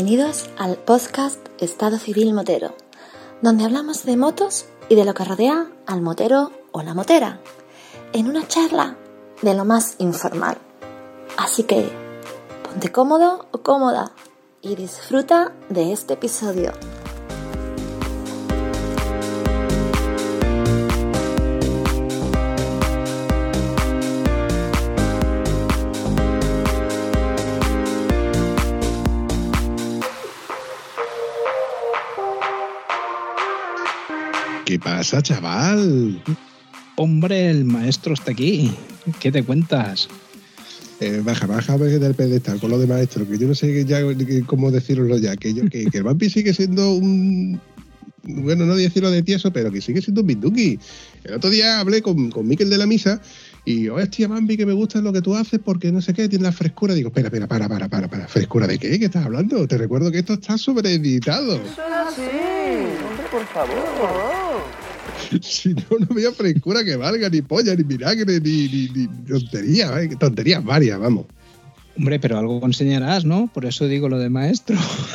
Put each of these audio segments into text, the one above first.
Bienvenidos al podcast Estado Civil Motero, donde hablamos de motos y de lo que rodea al motero o la motera, en una charla de lo más informal. Así que ponte cómodo o cómoda y disfruta de este episodio. ¿Qué pasa, chaval? Hombre, el maestro está aquí. ¿Qué te cuentas? Baja del pedestal con lo de maestro, que yo no sé ya cómo decirlo ya, que el vampi sigue siendo un... Bueno, no decirlo de tieso, pero que sigue siendo un binduki. El otro día hablé con Miquel de la Misa y, hostia, Bambi, que me gusta lo que tú haces porque no sé qué, tiene la frescura. Digo, espera, para. ¿Frescura de qué? ¿Qué estás hablando? Te recuerdo que esto está sobreeditado. Eso es así. Hombre, por favor. Si no había frescura que valga, ni polla, ni vinagre, ni tonterías, tonterías varias, vamos. Hombre, pero algo enseñarás, ¿no? Por eso digo lo de maestro.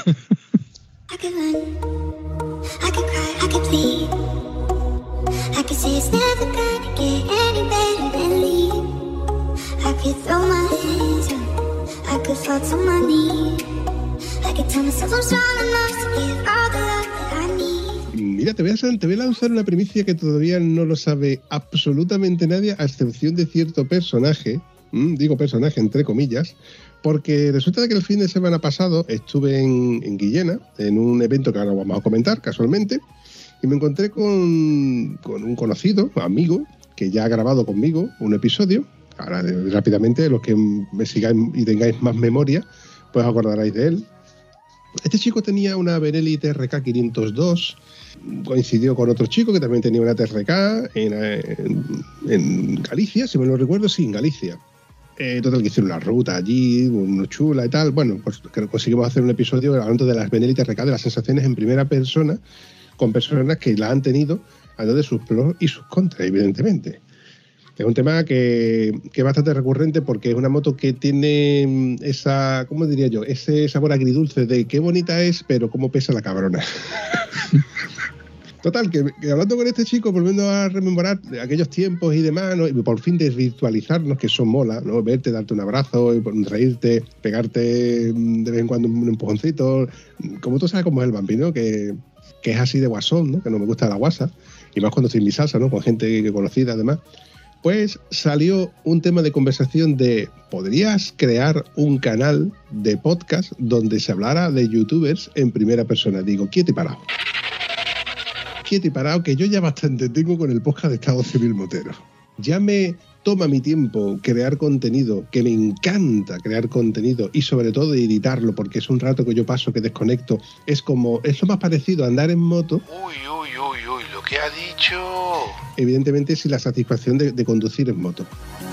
Mira, te voy a lanzar una primicia que todavía no lo sabe absolutamente nadie, a excepción de cierto personaje, digo personaje entre comillas, porque resulta de que el fin de semana pasado estuve en Guillena, en un evento que ahora vamos a comentar casualmente, y me encontré con un conocido, amigo, que ya ha grabado conmigo un episodio. Ahora, rápidamente, los que me sigáis y tengáis más memoria, pues acordaréis de él. Este chico tenía una Benelli TRK 502, coincidió con otro chico que también tenía una TRK en Galicia, si me lo recuerdo, sí, en Galicia. Total, que hicieron la ruta allí, muy chula y tal. Bueno, pues conseguimos hacer un episodio hablando de las Benelli TRK, de las sensaciones en primera persona, con personas que la han tenido, hablando de sus pros y sus contras, evidentemente. Es un tema que es bastante recurrente porque es una moto que tiene esa, ¿cómo diría yo? Ese sabor agridulce de qué bonita es, pero cómo pesa la cabrona. Total, que hablando con este chico, volviendo a rememorar aquellos tiempos y demás, ¿no? Y por fin desvirtualizarnos, que eso mola, ¿no? Verte, darte un abrazo, reírte, pegarte de vez en cuando un empujoncito. Como tú sabes cómo es el vampi, ¿no? Que es así de guasón, ¿no? Que no me gusta la guasa. Y más cuando estoy en mi salsa, ¿no? Con gente conocida, además. Pues salió un tema de conversación de ¿podrías crear un canal de podcast donde se hablara de youtubers en primera persona? Digo, quieto y parado, que yo ya bastante tengo con el podcast de Estado Civil Motero. Ya me toma mi tiempo crear contenido, que me encanta crear contenido y sobre todo editarlo, porque es un rato que yo paso que desconecto. Es lo más parecido a andar en moto. Uy, lo que ha dicho. Evidentemente sin la satisfacción de conducir en moto.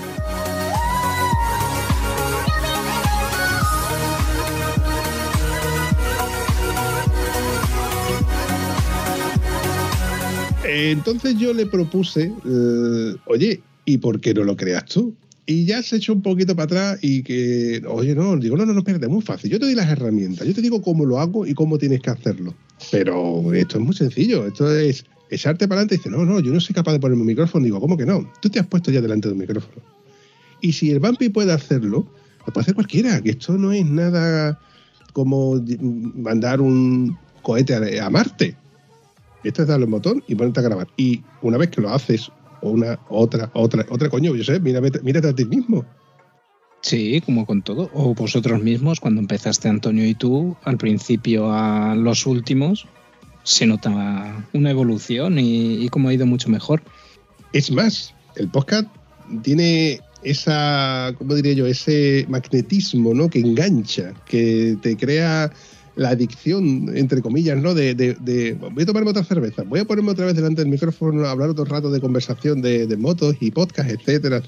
Entonces yo le propuse, oye, ¿y por qué no lo creas tú? Y ya se echó un poquito para atrás y que, oye, no, espérate, es muy fácil. Yo te doy las herramientas, yo te digo cómo lo hago y cómo tienes que hacerlo. Pero esto es muy sencillo, esto es echarte para adelante y dices, no, yo no soy capaz de ponerme un micrófono. Digo, ¿cómo que no? Tú te has puesto ya delante de un micrófono. Y si el vampi puede hacerlo, lo puede hacer cualquiera, que esto no es nada como mandar un cohete a Marte. Esto es darle un botón y ponerte a grabar. Y una vez que lo haces, otra, coño, yo sé, mírate a ti mismo. Sí, como con todo. O vosotros mismos, cuando empezaste, Antonio, y tú, al principio a los últimos, se nota una evolución y cómo ha ido mucho mejor. Es más, el podcast tiene esa, ¿cómo diría yo? Ese magnetismo, ¿no? Que engancha, que te crea la adicción, entre comillas, ¿no? De voy a tomarme otra cerveza, voy a ponerme otra vez delante del micrófono a hablar otro rato de conversación de motos y podcast, etcétera.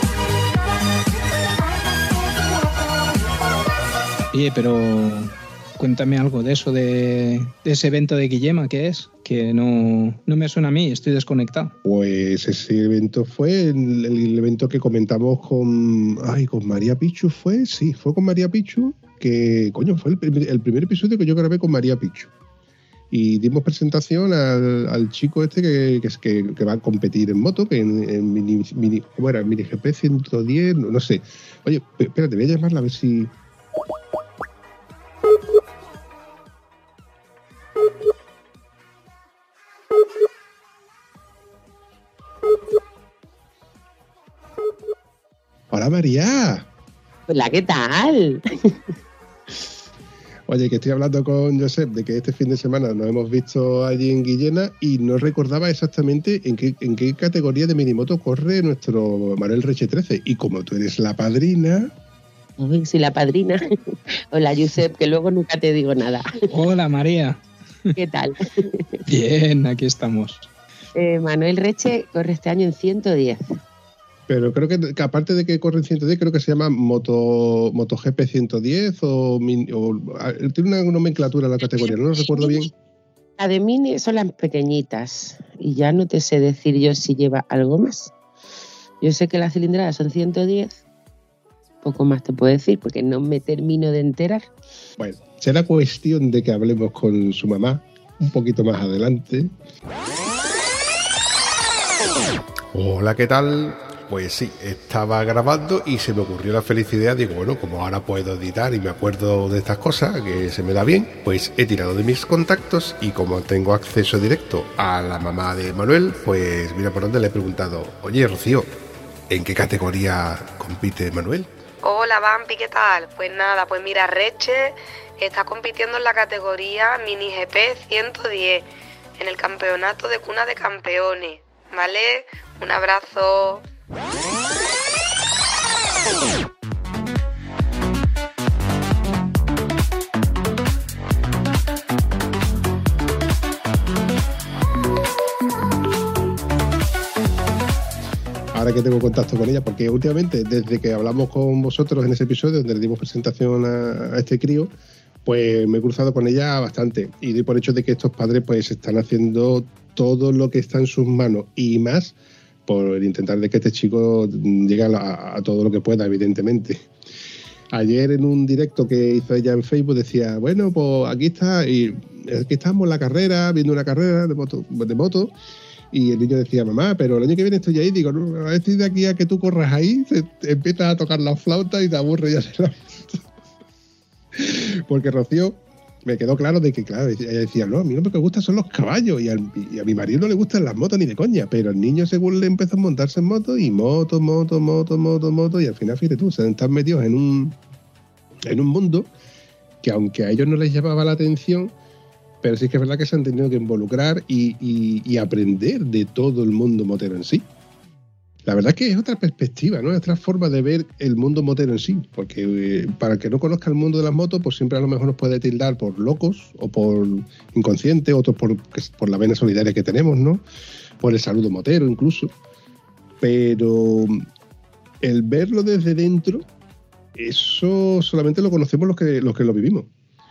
Oye, pero Cuéntame algo de eso, de ese evento de Guillema, ¿qué es? Que no me suena a mí, estoy desconectado. Pues ese evento fue el evento que comentamos con María Pichu, ¿fue? Sí, fue con María Pichu, que, coño, fue el primer episodio que yo grabé con María Pichu. Y dimos presentación al chico este que va a competir en moto, que en mini ¿cómo era? Mini GP 110, no sé. Oye, espérate, voy a llamarla a ver si... Hola, María. Hola, ¿qué tal? Oye, que estoy hablando con Josep de que este fin de semana nos hemos visto allí en Guillena y no recordaba exactamente en qué categoría de minimoto corre nuestro Manuel Reche 13. Y como tú eres la padrina... Uy, sí, la padrina. Hola, Josep, que luego nunca te digo nada. Hola, María. ¿Qué tal? Bien, aquí estamos. Manuel Reche corre este año en 110. Pero creo que aparte de que corre en 110, creo que se llama MotoGP 110 o tiene una nomenclatura la categoría, no lo recuerdo bien. La de Mini son las pequeñitas y ya no te sé decir yo si lleva algo más. Yo sé que las cilindradas son 110, poco más te puedo decir porque no me termino de enterar. Bueno, será cuestión de que hablemos con su mamá un poquito más adelante. Hola, ¿qué tal? Pues sí, estaba grabando y se me ocurrió la feliz idea, digo, bueno, como ahora puedo editar y me acuerdo de estas cosas, que se me da bien, pues he tirado de mis contactos y como tengo acceso directo a la mamá de Manuel, pues mira por dónde le he preguntado, oye, Rocío, ¿en qué categoría compite Manuel? Hola, Vampi, ¿qué tal? Pues nada, pues mira, Reche está compitiendo en la categoría Mini GP 110, en el campeonato de cuna de campeones, ¿vale? Un abrazo. Ahora que tengo contacto con ella, porque últimamente, desde que hablamos con vosotros en ese episodio donde le dimos presentación a este crío, pues me he cruzado con ella bastante y doy por hecho de que estos padres pues están haciendo todo lo que está en sus manos y más por intentar de que este chico llegue a todo lo que pueda, evidentemente. Ayer en un directo que hizo ella en Facebook decía, bueno, pues aquí estamos en la carrera, viendo una carrera de moto, y el niño decía, mamá, pero el año que viene estoy ahí. Digo, no, a decir de aquí a que tú corras ahí, te empiezas a tocar la flauta y te aburre ya se la moto. Porque Rocío me quedó claro de que, claro, ella decía, no, a mí lo que me gusta son los caballos y a mi marido no le gustan las motos ni de coña, pero el niño según le empezó a montarse en moto y moto, y al final, fíjate tú, se están metidos en un mundo que aunque a ellos no les llamaba la atención, pero sí que es verdad que se han tenido que involucrar y aprender de todo el mundo motero en sí. La verdad es que es otra perspectiva, ¿no? Es otra forma de ver el mundo motero en sí, porque para el que no conozca el mundo de las motos, pues siempre a lo mejor nos puede tildar por locos o por inconscientes, otros por la vena solidaria que tenemos, ¿no? Por el saludo motero incluso. Pero el verlo desde dentro, eso solamente lo conocemos los que lo vivimos.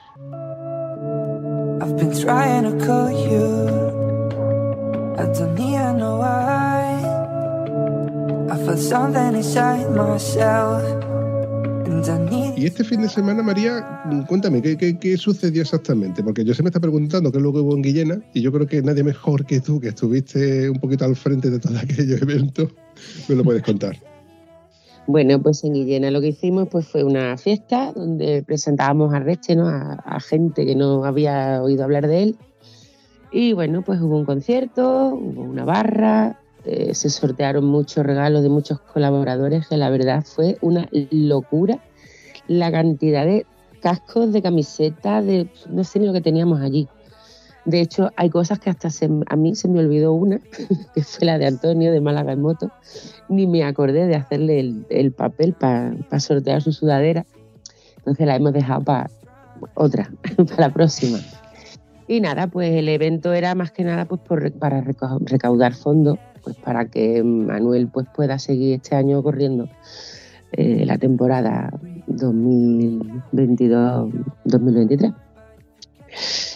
I've been trying to call you, I don't even know why. I felt something inside myself, and I need. Y este fin de semana, María, cuéntame, ¿qué sucedió exactamente? Porque yo se me está preguntando qué es lo que hubo en Guillena, y yo creo que nadie mejor que tú, que estuviste un poquito al frente de todo aquello evento, me lo puedes contar. Bueno, pues en Guillena lo que hicimos pues fue una fiesta donde presentábamos a Reche, ¿no? a gente que no había oído hablar de él. Y bueno, pues hubo un concierto, hubo una barra, se sortearon muchos regalos de muchos colaboradores, que la verdad fue una locura la cantidad de cascos, de camisetas, no sé ni lo que teníamos allí. De hecho, hay cosas que hasta a mí se me olvidó una, que fue la de Antonio de Málaga en moto. Ni me acordé de hacerle el papel para sortear su sudadera. Entonces la hemos dejado para otra, para la próxima. Y nada, pues el evento era más que nada pues para recaudar fondos, pues para que Manuel pues pueda seguir este año corriendo la temporada 2022-2023.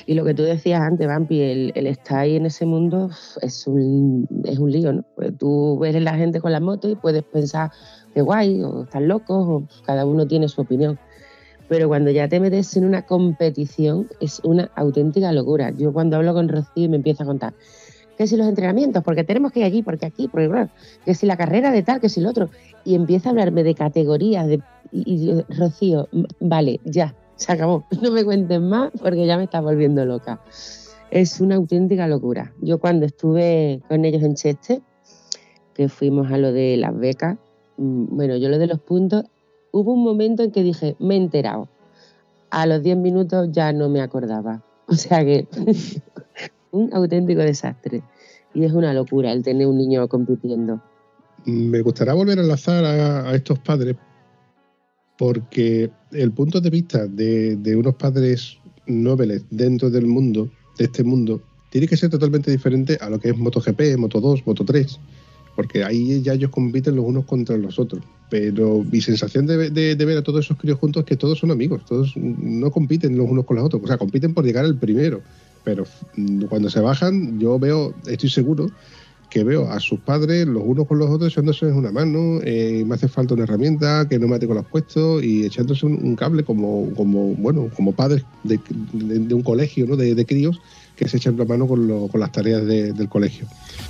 Y lo que tú decías antes, Vampi, el estar ahí en ese mundo es un lío, ¿no? Pues tú ves a la gente con la moto y puedes pensar que guay, o están locos, o cada uno tiene su opinión. Pero cuando ya te metes en una competición es una auténtica locura. Yo cuando hablo con Rocío me empieza a contar que si los entrenamientos, porque tenemos que ir allí, porque aquí, porque claro, que si la carrera de tal, que si lo otro. Y empieza a hablarme de categorías, y yo, Rocío, vale, ya, se acabó. No me cuentes más porque ya me estás volviendo loca. Es una auténtica locura. Yo cuando estuve con ellos en Cheste, que fuimos a lo de las becas, bueno, yo lo de los puntos, hubo un momento en que dije, me he enterado. A los 10 minutos ya no me acordaba. O sea que un auténtico desastre. Y es una locura el tener un niño compitiendo. Me gustaría volver a enlazar a estos padres, porque el punto de vista de unos padres nobles dentro del mundo, de este mundo, tiene que ser totalmente diferente a lo que es MotoGP, Moto2, Moto3, porque ahí ya ellos compiten los unos contra los otros. Pero mi sensación de ver a todos esos críos juntos es que todos son amigos, todos no compiten los unos con los otros, o sea, compiten por llegar al primero, pero cuando se bajan yo estoy seguro que veo a sus padres los unos con los otros echándose una mano, me hace falta una herramienta, que no me tengo los puestos, y echándose un cable como padres de un colegio, ¿no? de críos que se echan la mano con las tareas del colegio.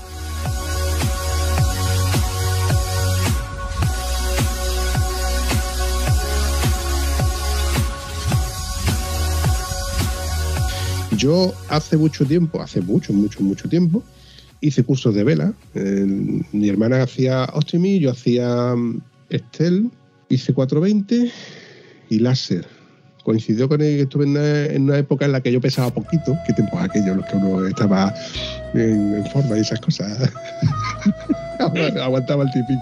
Yo hace mucho tiempo, hice cursos de vela. Mi hermana hacía Optimi, yo hacía Estel, hice 420 y láser. Coincidió con el que estuve en una época en la que yo pesaba poquito, que tiempos aquellos los que uno estaba en forma y esas cosas. Aguantaba el tipín.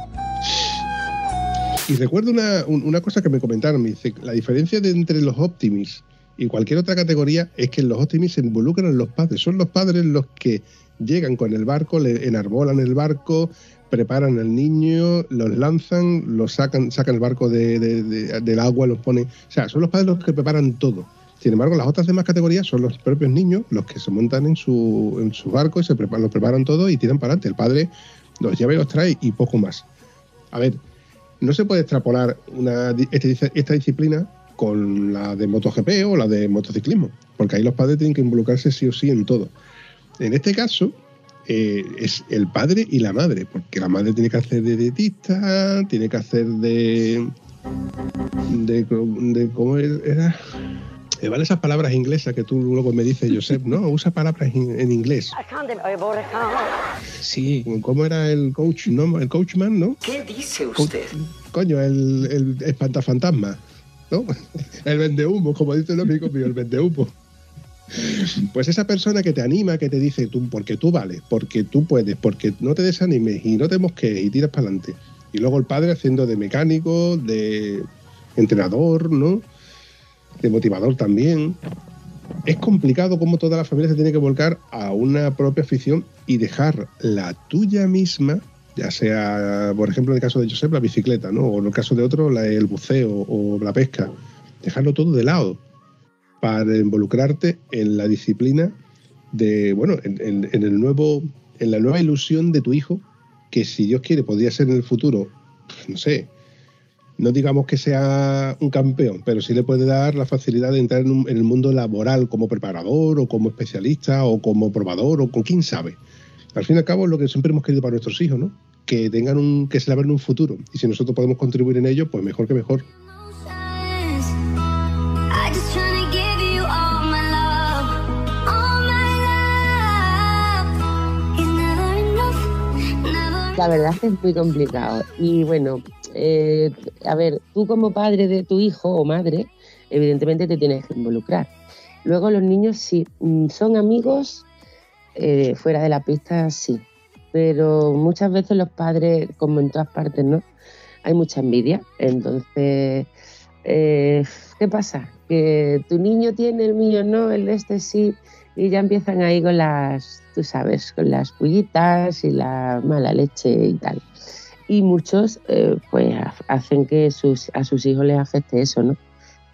Y recuerdo una cosa que me comentaron, me dice, la diferencia entre los Optimis y cualquier otra categoría es que en los Optimis se involucran los padres. Son los padres los que llegan con el barco, le enarbolan el barco, preparan al niño, los lanzan, sacan el barco del agua, los ponen... O sea, son los padres los que preparan todo. Sin embargo, las otras demás categorías son los propios niños los que se montan en su barco y los preparan todo y tiran para adelante. El padre los lleva y los trae y poco más. A ver, no se puede extrapolar esta disciplina con la de MotoGP o la de motociclismo, porque ahí los padres tienen que involucrarse sí o sí en todo. En este caso, es el padre y la madre, porque la madre tiene que hacer de dietista, tiene que hacer de ¿cómo era? Vale, esas palabras inglesas que tú luego me dices, Josep, ¿no? Usa palabras en inglés. Sí. ¿Cómo era el coach, no? El coachman, ¿no? ¿Qué dice usted? Coño, el espantafantasma, ¿no? El vendehumo, como dice el amigo mío, el vendehumo. Pues esa persona que te anima, que te dice, porque tú vales, porque tú puedes, porque no te desanimes y no te mosques y tiras para adelante. Y luego el padre haciendo de mecánico, de entrenador, ¿no? De motivador también. Es complicado cómo toda la familia se tiene que volcar a una propia afición y dejar la tuya misma, ya sea, por ejemplo, en el caso de Josep, la bicicleta, ¿no? O en el caso de otro, el buceo o la pesca. Dejarlo todo de lado para involucrarte en la disciplina de, bueno, en la nueva ilusión de tu hijo, que si Dios quiere podría ser en el futuro, no sé, no digamos que sea un campeón, pero sí le puede dar la facilidad de entrar en el mundo laboral como preparador o como especialista o como probador o con quién sabe. Al fin y al cabo es lo que siempre hemos querido para nuestros hijos, ¿no? Que se la vean en un futuro. Y si nosotros podemos contribuir en ello, pues mejor que mejor. La verdad es que es muy complicado. Y bueno, a ver, tú como padre de tu hijo o madre, evidentemente te tienes que involucrar. Luego los niños sí, son amigos fuera de la pista, sí. Pero muchas veces los padres, como en todas partes, ¿no? Hay mucha envidia. Entonces, ¿qué pasa? Que tu niño tiene, el mío no, el de este sí. Y ya empiezan ahí con las, tú sabes, con las pullitas y la mala leche y tal. Y muchos pues hacen que a sus hijos les afecte eso, ¿no?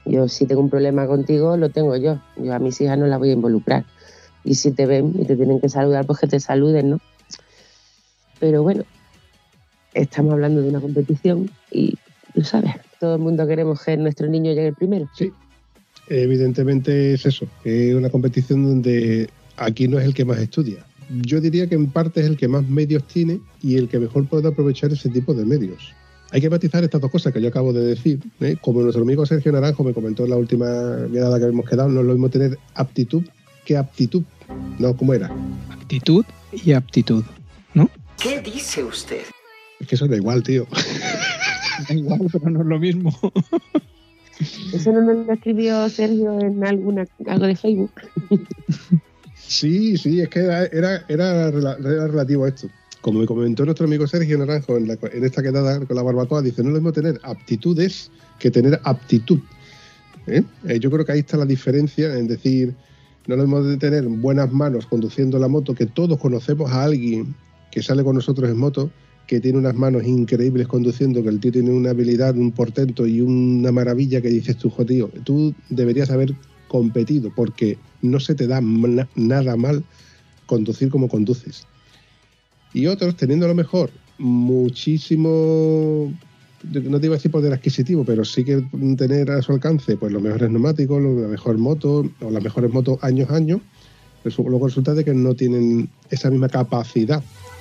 Yo si tengo un problema contigo, lo tengo yo. Yo a mis hijas no las voy a involucrar. Y si te ven y te tienen que saludar, pues que te saluden, ¿no? Pero bueno, estamos hablando de una competición y, tú sabes, todo el mundo queremos que nuestro niño llegue el primero. Sí, evidentemente es eso. Es una competición donde aquí no es el que más estudia. Yo diría que en parte es el que más medios tiene y el que mejor puede aprovechar ese tipo de medios. Hay que matizar estas dos cosas que yo acabo de decir. Como nuestro amigo Sergio Naranjo me comentó en la última quedada que habíamos quedado, no es lo mismo tener aptitud que aptitud. No, ¿cómo era? Actitud y aptitud, ¿no? ¿Qué dice usted? Es que eso da igual, tío. Da igual, pero no es lo mismo. ¿Eso no lo escribió Sergio en algo de Facebook? Sí, es que era relativo a esto. Como me comentó nuestro amigo Sergio Naranjo en esta quedada con la barbacoa, dice, no es lo mismo tener aptitudes que tener aptitud. Yo creo que ahí está la diferencia en decir, no es lo mismo de tener buenas manos conduciendo la moto, que todos conocemos a alguien que sale con nosotros en moto, que tiene unas manos increíbles conduciendo, que el tío tiene una habilidad, un portento y una maravilla que dices tú, tío, tú deberías haber competido porque no se te da nada mal conducir como conduces. Y otros teniendo a lo mejor muchísimo, no te iba a decir poder adquisitivo, pero sí que tener a su alcance pues los mejores neumáticos, la mejor moto o las mejores motos años, luego resulta de que no tienen esa misma capacidad.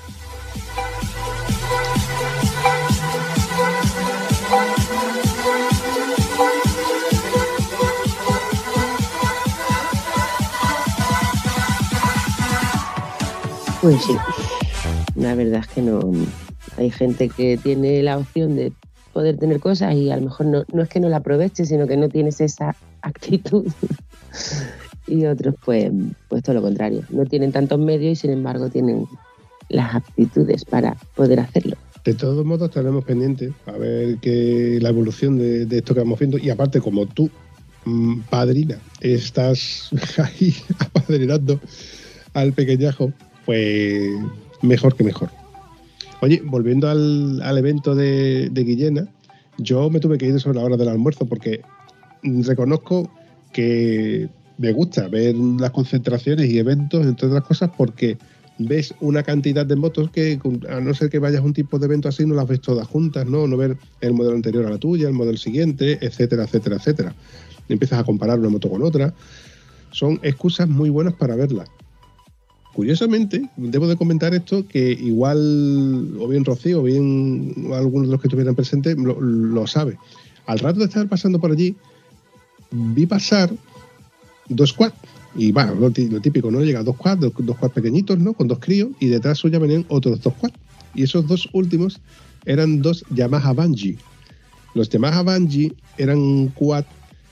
Pues sí, la verdad es que no. Hay gente que tiene la opción de poder tener cosas y a lo mejor no es que no la aproveches, sino que no tienes esa actitud. Y otros, pues todo lo contrario. No tienen tantos medios y sin embargo tienen las aptitudes para poder hacerlo. De todos modos, tenemos pendiente a ver que la evolución de esto que vamos viendo. Y aparte, como tú, padrina, estás ahí apadrinando al pequeñajo, pues mejor que mejor. Oye, volviendo al evento de Guillena, yo me tuve que ir sobre la hora del almuerzo porque reconozco que me gusta ver las concentraciones y eventos, entre otras cosas, porque ves una cantidad de motos que, a no ser que vayas a un tipo de evento así, no las ves todas juntas, ¿no? No ver el modelo anterior a la tuya, el modelo siguiente, etcétera, etcétera, etcétera. Empiezas a comparar una moto con otra. Son excusas muy buenas para verlas. Curiosamente, debo de comentar esto, que igual, o bien Rocío, o bien algunos de los que estuvieran presentes, lo sabe. Al rato de estar pasando por allí, vi pasar dos quads. Y bueno, lo típico, ¿no? Llega dos quads pequeñitos, ¿no? Con dos críos, y detrás suya venían otros dos quads. Y esos dos últimos eran dos Yamaha Bungie. Los Yamaha Bungie eran quads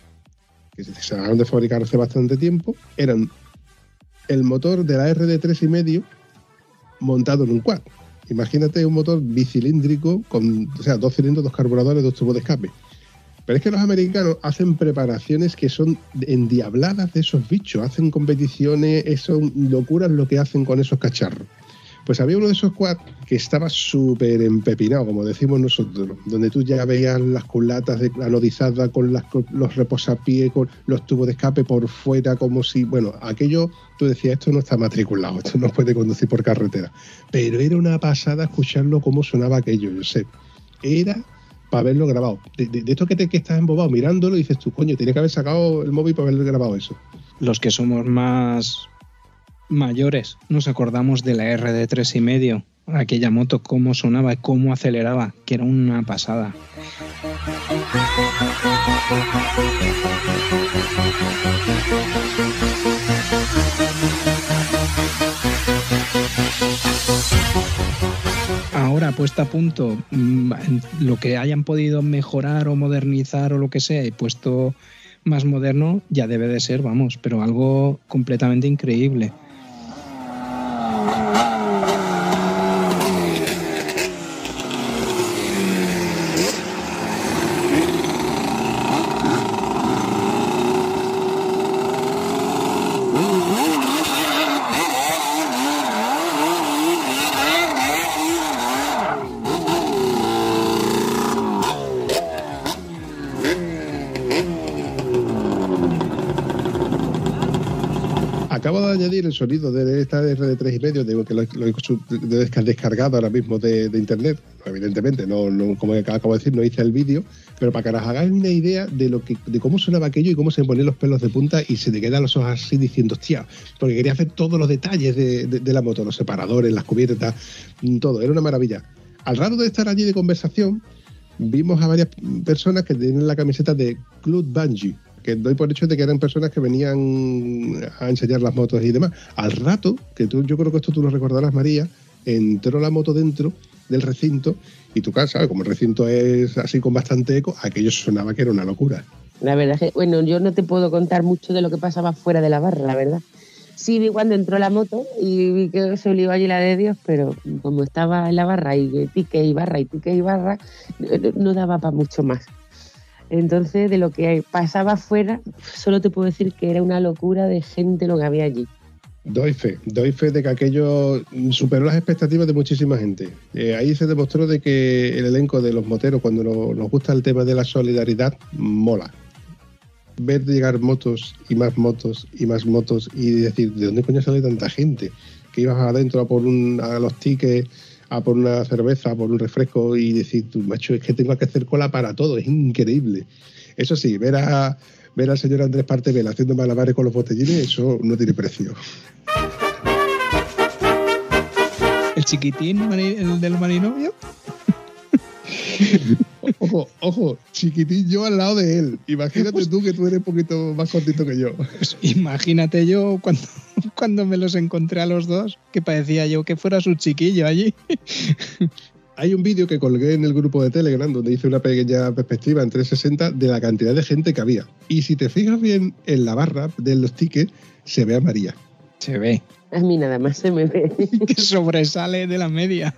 que se acaban de fabricar hace bastante tiempo. Eran el motor de la RD3,5 montado en un quad. Imagínate un motor bicilíndrico con, o sea, 2 cilindros, 2 carburadores, 2 tubos de escape. Pero es que los americanos hacen preparaciones que son endiabladas de esos bichos, hacen competiciones, son locuras lo que hacen con esos cacharros. Pues había uno de esos quads que estaba súper empepinado, como decimos nosotros, donde tú ya veías las culatas anodizadas con los reposapiés, con los tubos de escape por fuera, como si, bueno, aquello, tú decías, esto no está matriculado, esto no puede conducir por carretera. Pero era una pasada escucharlo cómo sonaba aquello, yo sé. Era para haberlo grabado. De esto que estás embobado mirándolo y dices tú, coño, tiene que haber sacado el móvil para haber grabado eso. Los que somos más mayores nos acordamos de la RD3,5, aquella moto, cómo sonaba, cómo aceleraba, que era una pasada. Ahora, puesta a punto, lo que hayan podido mejorar o modernizar o lo que sea y puesto más moderno, ya debe de ser, vamos, pero algo completamente increíble. añadir el sonido de esta RD3,5, digo que lo he descargado ahora mismo de internet. Evidentemente, no, como acabo de decir, no hice el vídeo, pero para que os hagáis una idea de cómo sonaba aquello y cómo se ponían los pelos de punta y se te quedan los ojos así diciendo, hostia, porque quería hacer todos los detalles de la moto, los separadores, las cubiertas, todo, era una maravilla. Al rato de estar allí de conversación, vimos a varias personas que tienen la camiseta de Club Bungee, que doy por hecho de que eran personas que venían a enseñar las motos y demás. Al rato, yo creo que esto tú lo recordarás, María, entró la moto dentro del recinto y tu casa, como el recinto es así con bastante eco, aquello sonaba que era una locura. La verdad es que, bueno, yo no te puedo contar mucho de lo que pasaba fuera de la barra, la verdad. Sí vi cuando entró la moto y vi que se olió allí la de Dios, pero como estaba en la barra y pique y barra y pique y barra, no daba para mucho más. Entonces, de lo que pasaba afuera, solo te puedo decir que era una locura de gente lo que había allí. Doy fe de que aquello superó las expectativas de muchísima gente. Ahí se demostró de que el elenco de los moteros, cuando nos gusta el tema de la solidaridad, mola. Ver llegar motos y más motos y más motos y decir, ¿de dónde coño sale tanta gente? Que ibas adentro a los tickets, a por una cerveza, a por un refresco y decir, tú, macho, es que tengo que hacer cola para todo, es increíble. Eso sí, ver al señor Andrés Partevela haciendo malabares con los botellines, eso no tiene precio. ¿El chiquitín, el del marinovio? Ojo, chiquitín yo al lado de él. Imagínate tú que tú eres un poquito más cortito que yo. Pues imagínate yo cuando me los encontré a los dos, que parecía yo que fuera su chiquillo allí. Hay un vídeo que colgué en el grupo de Telegram donde hice una pequeña perspectiva en 360 de la cantidad de gente que había. Y si te fijas bien en la barra de los tickets, se ve a María. Se ve. A mí nada más se me ve. Que sobresale de la media.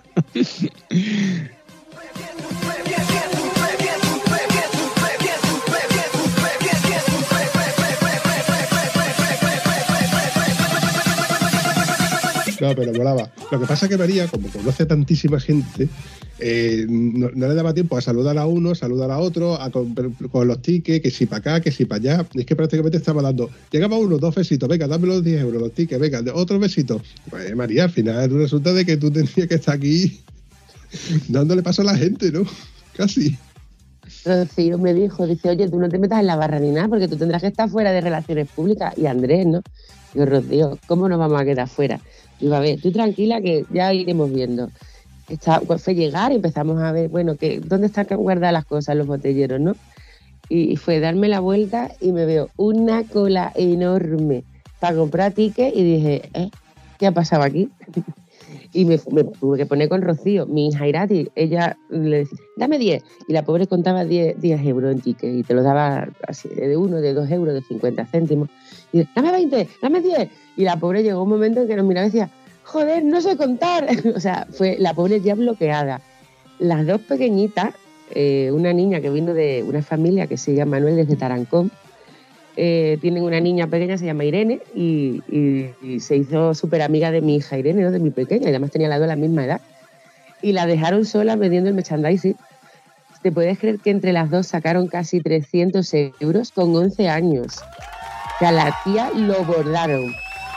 No, pero volaba. Lo que pasa es que María, como conoce a tantísima gente, no le daba tiempo a saludar a uno, saludar a otro, con los tickets, que si para acá, que si para allá. Es que prácticamente estaba dando. Llegaba uno, 2 besitos, venga, dame los 10 euros, los tickets, venga, otro besito. Pues María, al final resulta de que tú tenías que estar aquí dándole paso a la gente, ¿no? Casi. Rocío me dijo, dice, oye, tú no te metas en la barra ni nada, porque tú tendrás que estar fuera de relaciones públicas. Y Andrés, ¿no? Digo, Rocío, ¿cómo nos vamos a quedar fuera? Digo, a ver, tú tranquila que ya iremos viendo. Fue llegar y empezamos a ver, bueno, ¿dónde están guardadas las cosas, los botelleros, no? Y fue darme la vuelta y me veo una cola enorme para comprar tickets y dije, ¿qué ha pasado aquí? Y me tuve que poner con Rocío, mi hija Irati, ella le decía, dame 10. Y la pobre contaba 10 euros en tickets y te los daba así, de 1, de 2 euros, de 50 céntimos. Y dice, dame 20, dame 10. Y la pobre llegó un momento en que nos miraba y decía, joder, no sé contar. O sea, fue la pobre ya bloqueada. Las dos pequeñitas, una niña que vino de una familia que se llama Manuel desde Tarancón, tienen una niña pequeña, se llama Irene, y se hizo súper amiga de mi hija Irene, ¿no? De mi pequeña, y además tenía las dos la misma edad. Y la dejaron sola vendiendo el merchandising. ¿Te puedes creer que entre las dos sacaron casi 300 euros con 11 años? O sea, la tía lo bordaron.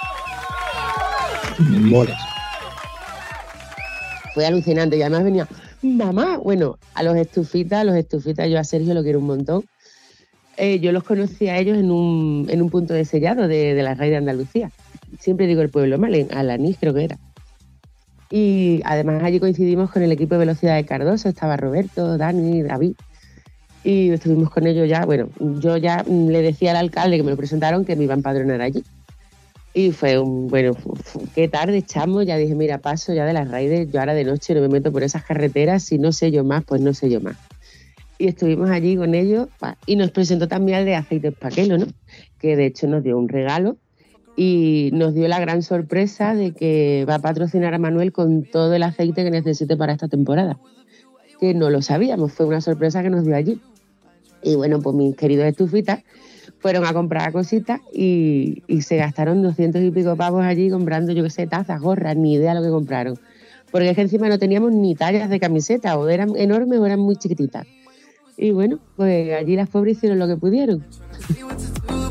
Moles. Fue alucinante. Y además venía, mamá, bueno, a los estufitas, yo a Sergio lo quiero un montón. Yo los conocí a ellos en un punto de sellado de la RAI de Andalucía. Siempre digo el pueblo mal, en Alanís creo que era. Y además allí coincidimos con el equipo de velocidad de Cardoso, estaba Roberto, Dani, David. Y estuvimos con ellos ya, bueno, yo ya le decía al alcalde que me lo presentaron que me iba a empadronar allí. Y fue qué tarde echamos, ya dije, mira, paso ya de las Raiders, yo ahora de noche no me meto por esas carreteras, si no sé yo más, pues no sé yo más. Y estuvimos allí con ellos y nos presentó también al de Aceites Paquelo, ¿no? Que de hecho nos dio un regalo y nos dio la gran sorpresa de que va a patrocinar a Manuel con todo el aceite que necesite para esta temporada. Que no lo sabíamos, fue una sorpresa que nos dio allí. Y bueno, pues mis queridos estufitas fueron a comprar cositas y se gastaron 200 y pico pavos allí comprando, yo qué sé, tazas, gorras, ni idea lo que compraron. Porque es que encima no teníamos ni tallas de camiseta, o eran enormes o eran muy chiquititas. Y bueno, pues allí las pobres hicieron lo que pudieron.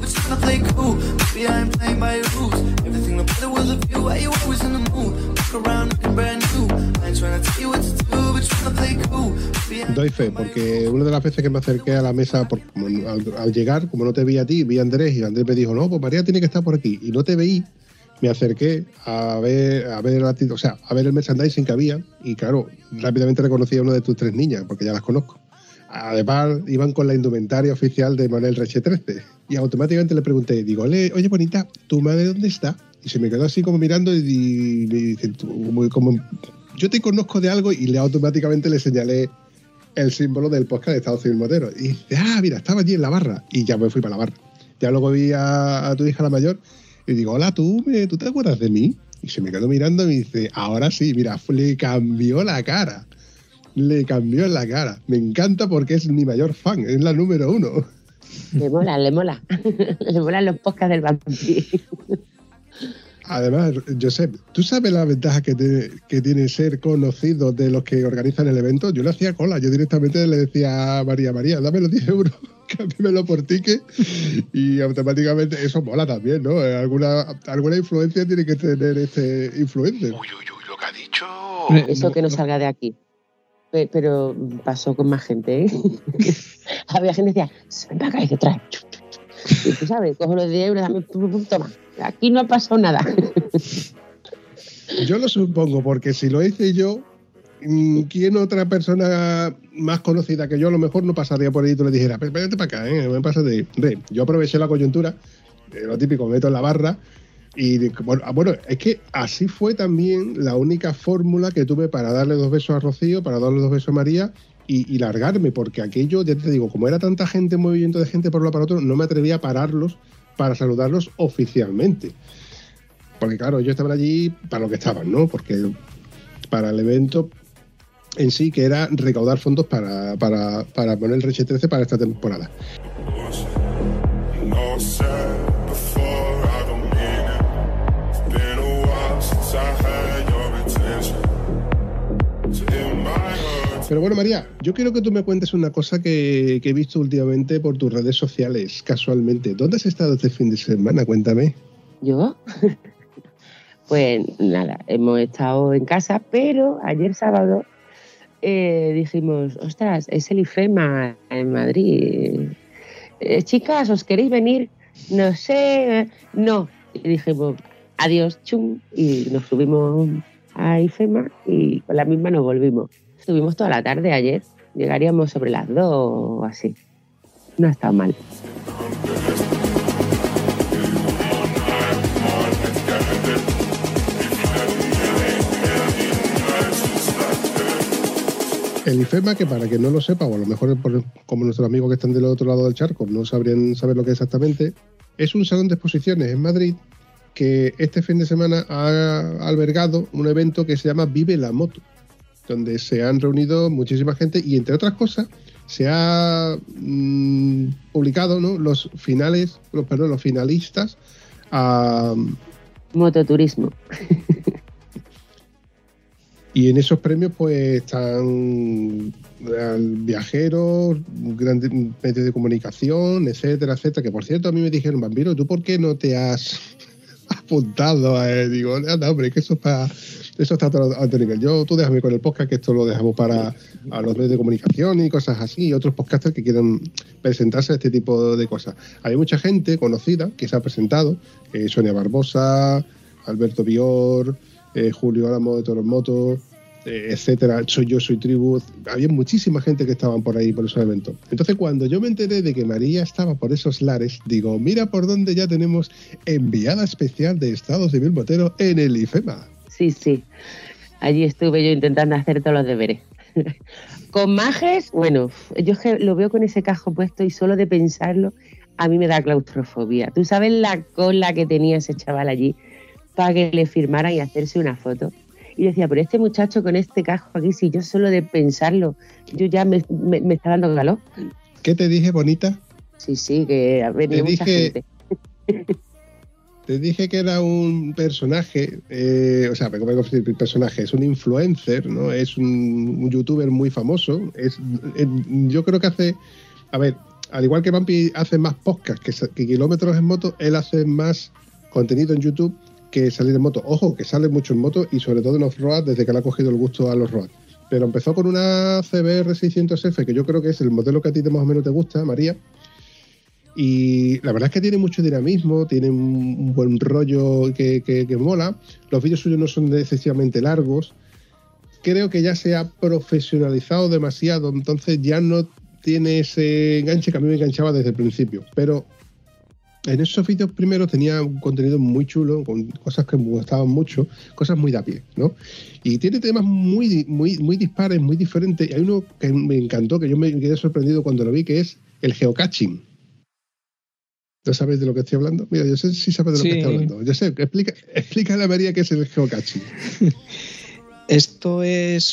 trying to play cool. Maybe I ain't playing by your rules. Everything looked better with a view. Why you always in the mood? Look around looking brand new. I ain't trying to tell you what to do, but trying to play cool. Doy fe, porque una de las veces que me acerqué a la mesa, al llegar, como no te vi a ti, vi a Andrés, y Andrés me dijo, no, pues María tiene que estar por aquí, y no te veí, me acerqué a ver el merchandising que había, y claro, rápidamente reconocí a una de tus 3 niñas, porque ya las conozco. Además, iban con la indumentaria oficial de Manuel Reche 13, y automáticamente le pregunté, digo, oye bonita, ¿tu madre dónde está? Y se me quedó así como mirando y me dice, como yo te conozco de algo, y automáticamente le señalé el símbolo del podcast de Estado Civil Motero. Y dice, mira, estaba allí en la barra. Y ya me fui para la barra. Ya luego vi a tu hija la mayor y digo, hola, ¿tú te acuerdas de mí? Y se me quedó mirando y me dice, ahora sí, mira, le cambió la cara. Le cambió la cara. Me encanta porque es mi mayor fan, es la número 1. Le mola. Le molan los podcasts del vampiro. Además, Josep, ¿tú sabes la ventaja que tiene ser conocido de los que organizan el evento? Yo le hacía cola, yo directamente le decía a María, dame los 10 euros, cámbiamelo por ticket, y automáticamente eso mola también, ¿no? Alguna influencia tiene que tener este influencer. Uy, lo que ha dicho. Eso que no salga de aquí. Pero pasó con más gente, ¿eh? Había gente que decía, ven para acá y te trae. Y tú sabes, cojo los 10 euros, dame, toma. Aquí no ha pasado nada. Yo lo supongo, porque si lo hice yo, ¿quién otra persona más conocida que yo a lo mejor no pasaría por ahí y tú le dijeras, vete para acá, me pasas de ir? Yo aproveché la coyuntura, lo típico, me meto en la barra, y bueno, es que así fue también la única fórmula que tuve para darle 2 besos a Rocío, para darle 2 besos a María, y largarme, porque aquello, ya te digo, como era tanta gente, movimiento de gente por un lado para otro, no me atrevía a pararlos para saludarlos oficialmente. Porque claro, ellos estaban allí para lo que estaban, ¿no? Porque para el evento en sí, que era recaudar fondos para poner el Reche 13 para esta temporada. Pero bueno, María, yo quiero que tú me cuentes una cosa que he visto últimamente por tus redes sociales, casualmente. ¿Dónde has estado este fin de semana? Cuéntame. ¿Yo? Pues nada, hemos estado en casa, pero ayer sábado dijimos, ostras, es el IFEMA en Madrid. Chicas, ¿os queréis venir? No sé, no. Y dijimos, adiós, chum, y nos subimos a IFEMA y con la misma nos volvimos. Estuvimos toda la tarde ayer, llegaríamos sobre las 2 o así. No ha estado mal. El IFEMA, que para quien no lo sepa, o a lo mejor como nuestros amigos que están del otro lado del charco no sabrían saber lo que es exactamente, es un salón de exposiciones en Madrid que este fin de semana ha albergado un evento que se llama Vive la Moto, donde se han reunido muchísima gente y, entre otras cosas, se ha publicado, ¿no?, los finalistas a mototurismo. Y en esos premios pues están viajeros, grandes medios de comunicación, etcétera, etcétera. Que por cierto a mí me dijeron, Vampiro, ¿tú por qué no te has apuntado? Digo, anda, hombre, que eso está a otro nivel. Tú déjame con el podcast, que esto lo dejamos para a los medios de comunicación y cosas así, y otros podcasters que quieran presentarse a este tipo de cosas. Hay mucha gente conocida que se ha presentado, Sonia Barbosa, Alberto Bior, Julio Álamo de Toros Motos, etcétera, Soy Tribu. Había muchísima gente que estaban por ahí por esos eventos. Entonces, cuando yo me enteré de que María estaba por esos lares, digo, mira por dónde ya tenemos enviada especial de Estado Civil Motero en el IFEMA. Sí. Allí estuve yo intentando hacer todos los deberes. Con Majes, bueno, yo lo veo con ese casco puesto y solo de pensarlo a mí me da claustrofobia. ¿Tú sabes la cola que tenía ese chaval allí para que le firmaran y hacerse una foto? Y decía, pero este muchacho con este casco aquí, si yo solo de pensarlo, yo ya me está dando calor. ¿Qué te dije, bonita? Sí, que ha venido mucha gente. Te dije que era un personaje, personaje, es un influencer, ¿no? Es un youtuber muy famoso. Yo creo que hace... A ver, al igual que Bumpy hace más podcast que kilómetros en moto, él hace más contenido en YouTube que salir en moto. Ojo, que sale mucho en moto y sobre todo en off-road desde que le ha cogido el gusto a los road. Pero empezó con una CBR 600F, que yo creo que es el modelo que a ti más o menos te gusta, María. Y la verdad es que tiene mucho dinamismo, tiene un buen rollo que mola. Los vídeos suyos no son excesivamente largos. Creo que ya se ha profesionalizado demasiado, entonces ya no tiene ese enganche que a mí me enganchaba desde el principio. Pero en esos vídeos primeros tenía un contenido muy chulo, con cosas que me gustaban mucho, cosas muy de a pie, ¿no? Y tiene temas muy dispares, muy diferentes. Y hay uno que me encantó, que yo me quedé sorprendido cuando lo vi, que es el geocaching. ¿No sabes de lo que estoy hablando? Mira, yo sé si sabes de lo que estoy hablando. Yo sé, explícale a María qué es el geocaching. Esto es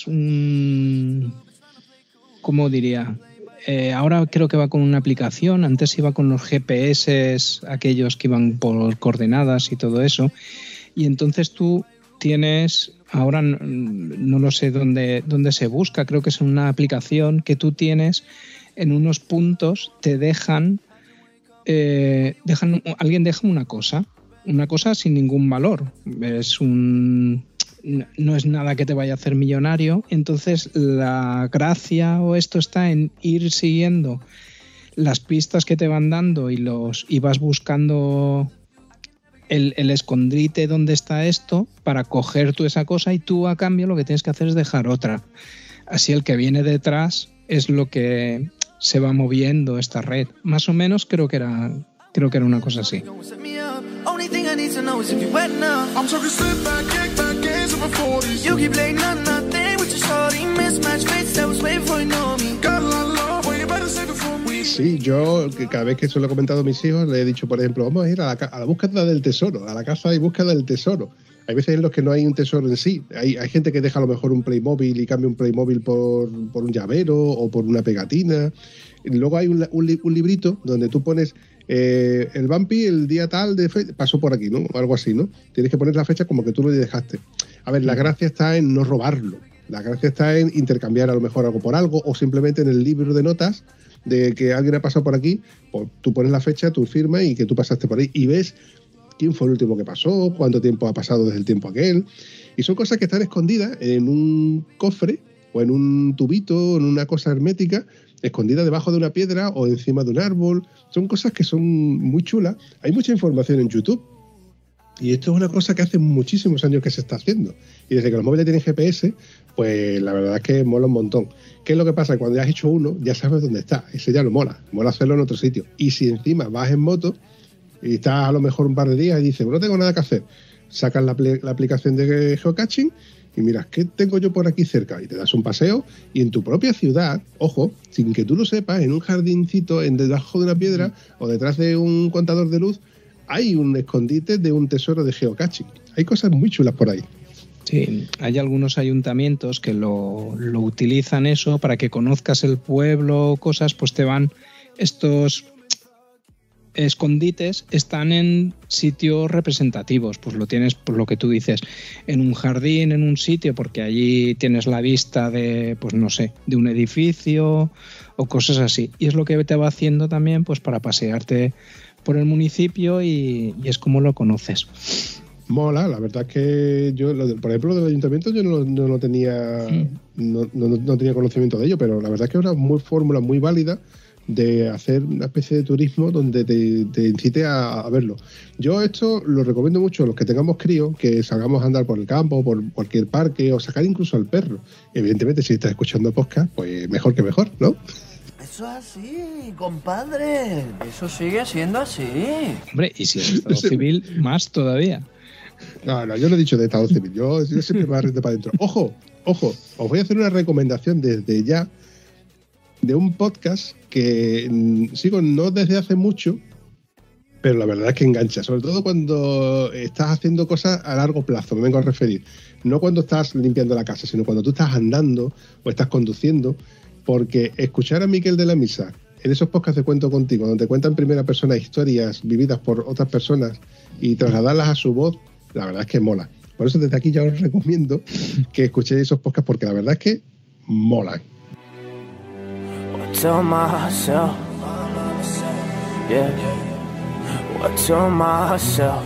¿cómo diría? Ahora creo que va con una aplicación. Antes iba con los GPS, aquellos que iban por coordenadas y todo eso. Y entonces tú tienes, ahora no lo sé dónde se busca, creo que es una aplicación que tú tienes en unos puntos, te dejan alguien deja una cosa sin ningún valor. No es nada que te vaya a hacer millonario. Entonces la gracia o esto está en ir siguiendo las pistas que te van dando y vas buscando el escondite donde está esto para coger tú esa cosa, y tú a cambio lo que tienes que hacer es dejar otra. Así el que viene detrás es lo que se va moviendo esta red. Más o menos creo que era una cosa así. Sí, yo cada vez que eso lo he comentado a mis hijos, le he dicho, por ejemplo, vamos a ir a la búsqueda del tesoro, a la caza y búsqueda del tesoro. Hay veces en los que no hay un tesoro en sí. Hay gente que deja a lo mejor un Playmobil y cambia un Playmobil por un llavero o por una pegatina. Y luego hay un librito donde tú pones el Bumpy el día tal pasó por aquí, ¿no? O algo así, ¿no? Tienes que poner la fecha como que tú lo dejaste. A ver, la gracia está en no robarlo. La gracia está en intercambiar a lo mejor algo por algo, o simplemente en el libro de notas de que alguien ha pasado por aquí, pues tú pones la fecha, tú firmas y que tú pasaste por ahí y ves quién fue el último que pasó, cuánto tiempo ha pasado desde el tiempo aquel. Y son cosas que están escondidas en un cofre o en un tubito, en una cosa hermética, escondida debajo de una piedra o encima de un árbol. Son cosas que son muy chulas. Hay mucha información en YouTube. Y esto es una cosa que hace muchísimos años que se está haciendo. Y desde que los móviles tienen GPS, pues la verdad es que mola un montón. ¿Qué es lo que pasa? Cuando ya has hecho uno, ya sabes dónde está. Ese ya lo mola. Mola hacerlo en otro sitio. Y si encima vas en moto y estás a lo mejor un par de días y dices, no tengo nada que hacer, sacas la aplicación de geocaching y miras, ¿qué tengo yo por aquí cerca? Y te das un paseo y en tu propia ciudad, ojo, sin que tú lo sepas, en un jardincito, debajo de una piedra o detrás de un contador de luz, hay un escondite de un tesoro de geocaching. Hay cosas muy chulas por ahí. Sí, hay algunos ayuntamientos que lo utilizan eso para que conozcas el pueblo, cosas, pues te van estos escondites, están en sitios representativos, pues lo tienes, por lo que tú dices, en un jardín, en un sitio, porque allí tienes la vista de, pues no sé, de un edificio o cosas así. Y es lo que te va haciendo también, pues para pasearte por el municipio y es como lo conoces. Mola, la verdad es que yo, por ejemplo, del ayuntamiento yo no tenía no tenía conocimiento de ello, pero la verdad es que es una fórmula muy válida de hacer una especie de turismo donde te incite a verlo. Yo esto lo recomiendo mucho a los que tengamos críos, que salgamos a andar por el campo, por cualquier parque, o sacar incluso al perro. Evidentemente, si estás escuchando podcast, pues mejor que mejor, ¿no? Eso es así, compadre. Eso sigue siendo así. Hombre, y si es estado civil, más todavía. No, yo no he dicho de estado civil. Yo siempre me arrendo para adentro. Ojo, os voy a hacer una recomendación desde ya de un podcast que sigo no desde hace mucho, pero la verdad es que engancha, sobre todo cuando estás haciendo cosas a largo plazo, me vengo a referir. No cuando estás limpiando la casa, sino cuando tú estás andando o estás conduciendo, porque escuchar a Miquel de la Misa en esos podcasts de Cuento Contigo, donde cuentan en primera persona historias vividas por otras personas y trasladarlas a su voz, la verdad es que mola. Por eso desde aquí ya os recomiendo que escuchéis esos podcasts, porque la verdad es que molan. Tell myself Yeah. I told myself.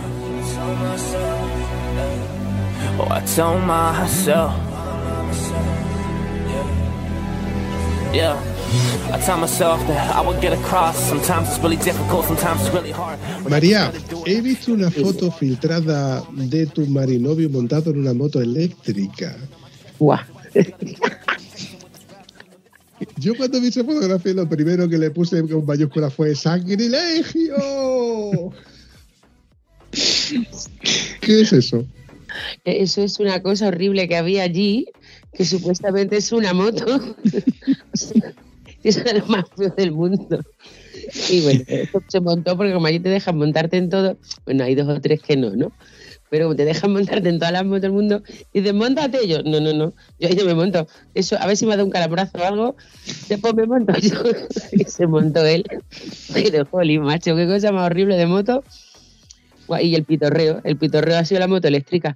Oh, I told myself. Yeah. I tell myself that I would get across. Sometimes it's really difficult, sometimes it's really hard. María, he visto una foto filtrada de tu marinovio montado en una moto eléctrica. Guau. Yo cuando vi esa fotografía lo primero que le puse con mayúscula fue ¡sacrilegio! ¿Qué es eso? Eso es una cosa horrible que había allí, que supuestamente es una moto. Eso es lo más feo del mundo. Y bueno, esto se montó porque como allí te dejan montarte en todo, bueno, hay 2 o 3 que no. Pero como te dejan montarte en todas las motos del mundo, y dices, móntate. Yo, no, yo ahí no me monto. Eso, a ver si me da un calabrazo o algo, después me monto yo. Y se montó él. Pero, jolín, macho, qué cosa más horrible de moto. Y el pitorreo ha sido la moto eléctrica.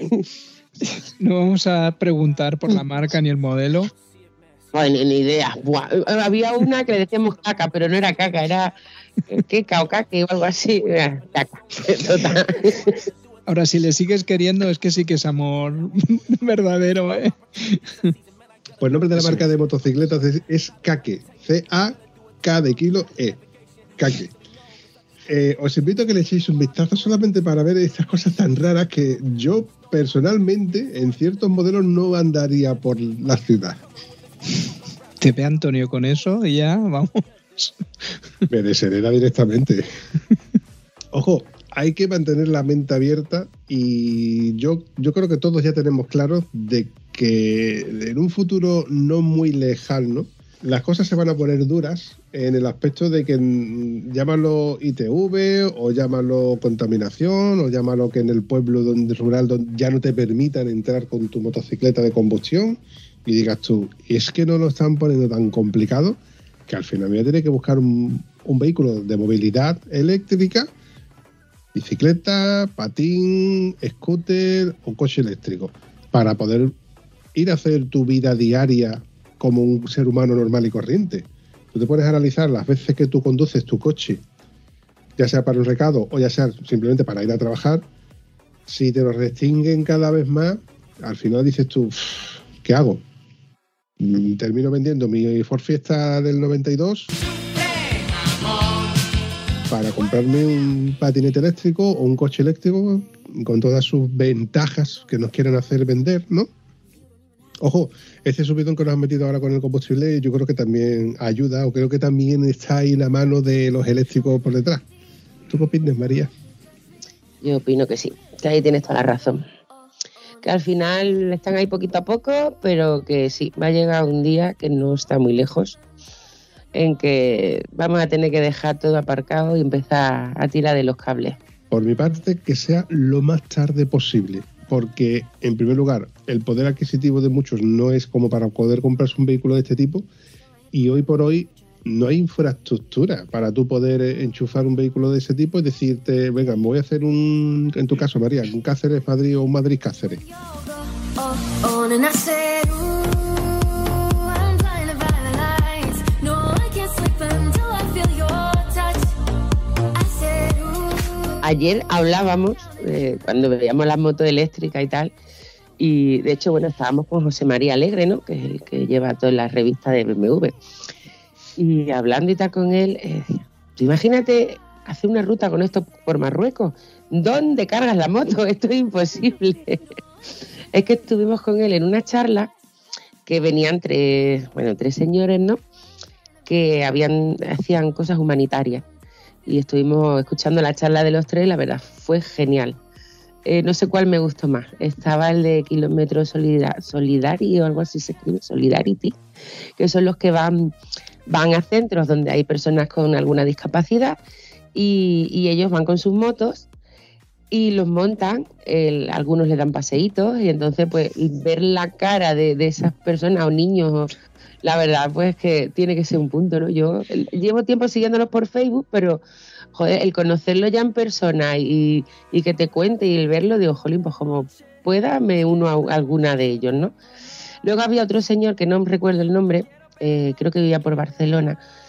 No vamos a preguntar por la marca ni el modelo. Bueno, ni idea. Buah. Había una que le decíamos caca, pero no era caca, era queca o caque o algo así. Era caca. Total. Ahora, si le sigues queriendo, es que sí que es amor verdadero, ¿eh? Pues el nombre de la marca de motocicletas es Kake. C-A-K de kilo E. Kake. Os invito a que le echéis un vistazo solamente para ver estas cosas tan raras que yo personalmente en ciertos modelos no andaría por la ciudad. Te ve Antonio con eso y ya, vamos. Me deshereda directamente. Ojo, hay que mantener la mente abierta y yo creo que todos ya tenemos claro de que en un futuro no muy lejano las cosas se van a poner duras en el aspecto de que llámalo ITV o llámalo contaminación o llámalo que en el pueblo rural donde ya no te permitan entrar con tu motocicleta de combustión y digas tú, es que no lo están poniendo tan complicado que al final voy a tener que buscar un vehículo de movilidad eléctrica, bicicleta, patín, scooter o coche eléctrico para poder ir a hacer tu vida diaria como un ser humano normal y corriente. Tú te pones a analizar las veces que tú conduces tu coche, ya sea para un recado o ya sea simplemente para ir a trabajar, si te lo restringen cada vez más, al final dices tú, ¿qué hago? Termino vendiendo mi Ford Fiesta del 92 para comprarme un patinete eléctrico o un coche eléctrico con todas sus ventajas que nos quieren hacer vender, ¿no? Ojo, este subidón que nos han metido ahora con el combustible yo creo que también ayuda, o creo que también está ahí la mano de los eléctricos por detrás. ¿Tú qué opinas, María? Yo opino que sí, que ahí tienes toda la razón. Que al final están ahí poquito a poco, pero que sí, va a llegar un día que no está muy lejos, en que vamos a tener que dejar todo aparcado y empezar a tirar de los cables. Por mi parte, que sea lo más tarde posible. Porque, en primer lugar, el poder adquisitivo de muchos no es como para poder comprarse un vehículo de este tipo y hoy por hoy no hay infraestructura para tú poder enchufar un vehículo de ese tipo y decirte, venga, me voy a hacer en tu caso, María, un Cáceres-Madrid o un Madrid-Cáceres. Ayer hablábamos, cuando veíamos las motos eléctricas y tal, y de hecho, bueno, estábamos con José María Alegre, ¿no? Que es el que lleva todas las revistas de BMW. Y hablando y tal con él, imagínate hacer una ruta con esto por Marruecos. ¿Dónde cargas la moto? Esto es imposible. Es que estuvimos con él en una charla que venían tres señores, ¿no? Que hacían cosas humanitarias. Y estuvimos escuchando la charla de los tres, la verdad, fue genial. No sé cuál me gustó más. Estaba el de Kilómetro Solidario o algo así se escribe, Solidarity, que son los que van a centros donde hay personas con alguna discapacidad y ellos van con sus motos y los montan, algunos le dan paseitos y entonces pues ver la cara de esas personas o niños, la verdad pues que tiene que ser un punto, ¿no? Yo llevo tiempo siguiéndolos por Facebook, pero joder, el conocerlo ya en persona y que te cuente y el verlo, digo, jolín, pues como pueda me uno a alguna de ellos, ¿no? Luego había otro señor que no recuerdo el nombre, creo que vivía por Barcelona,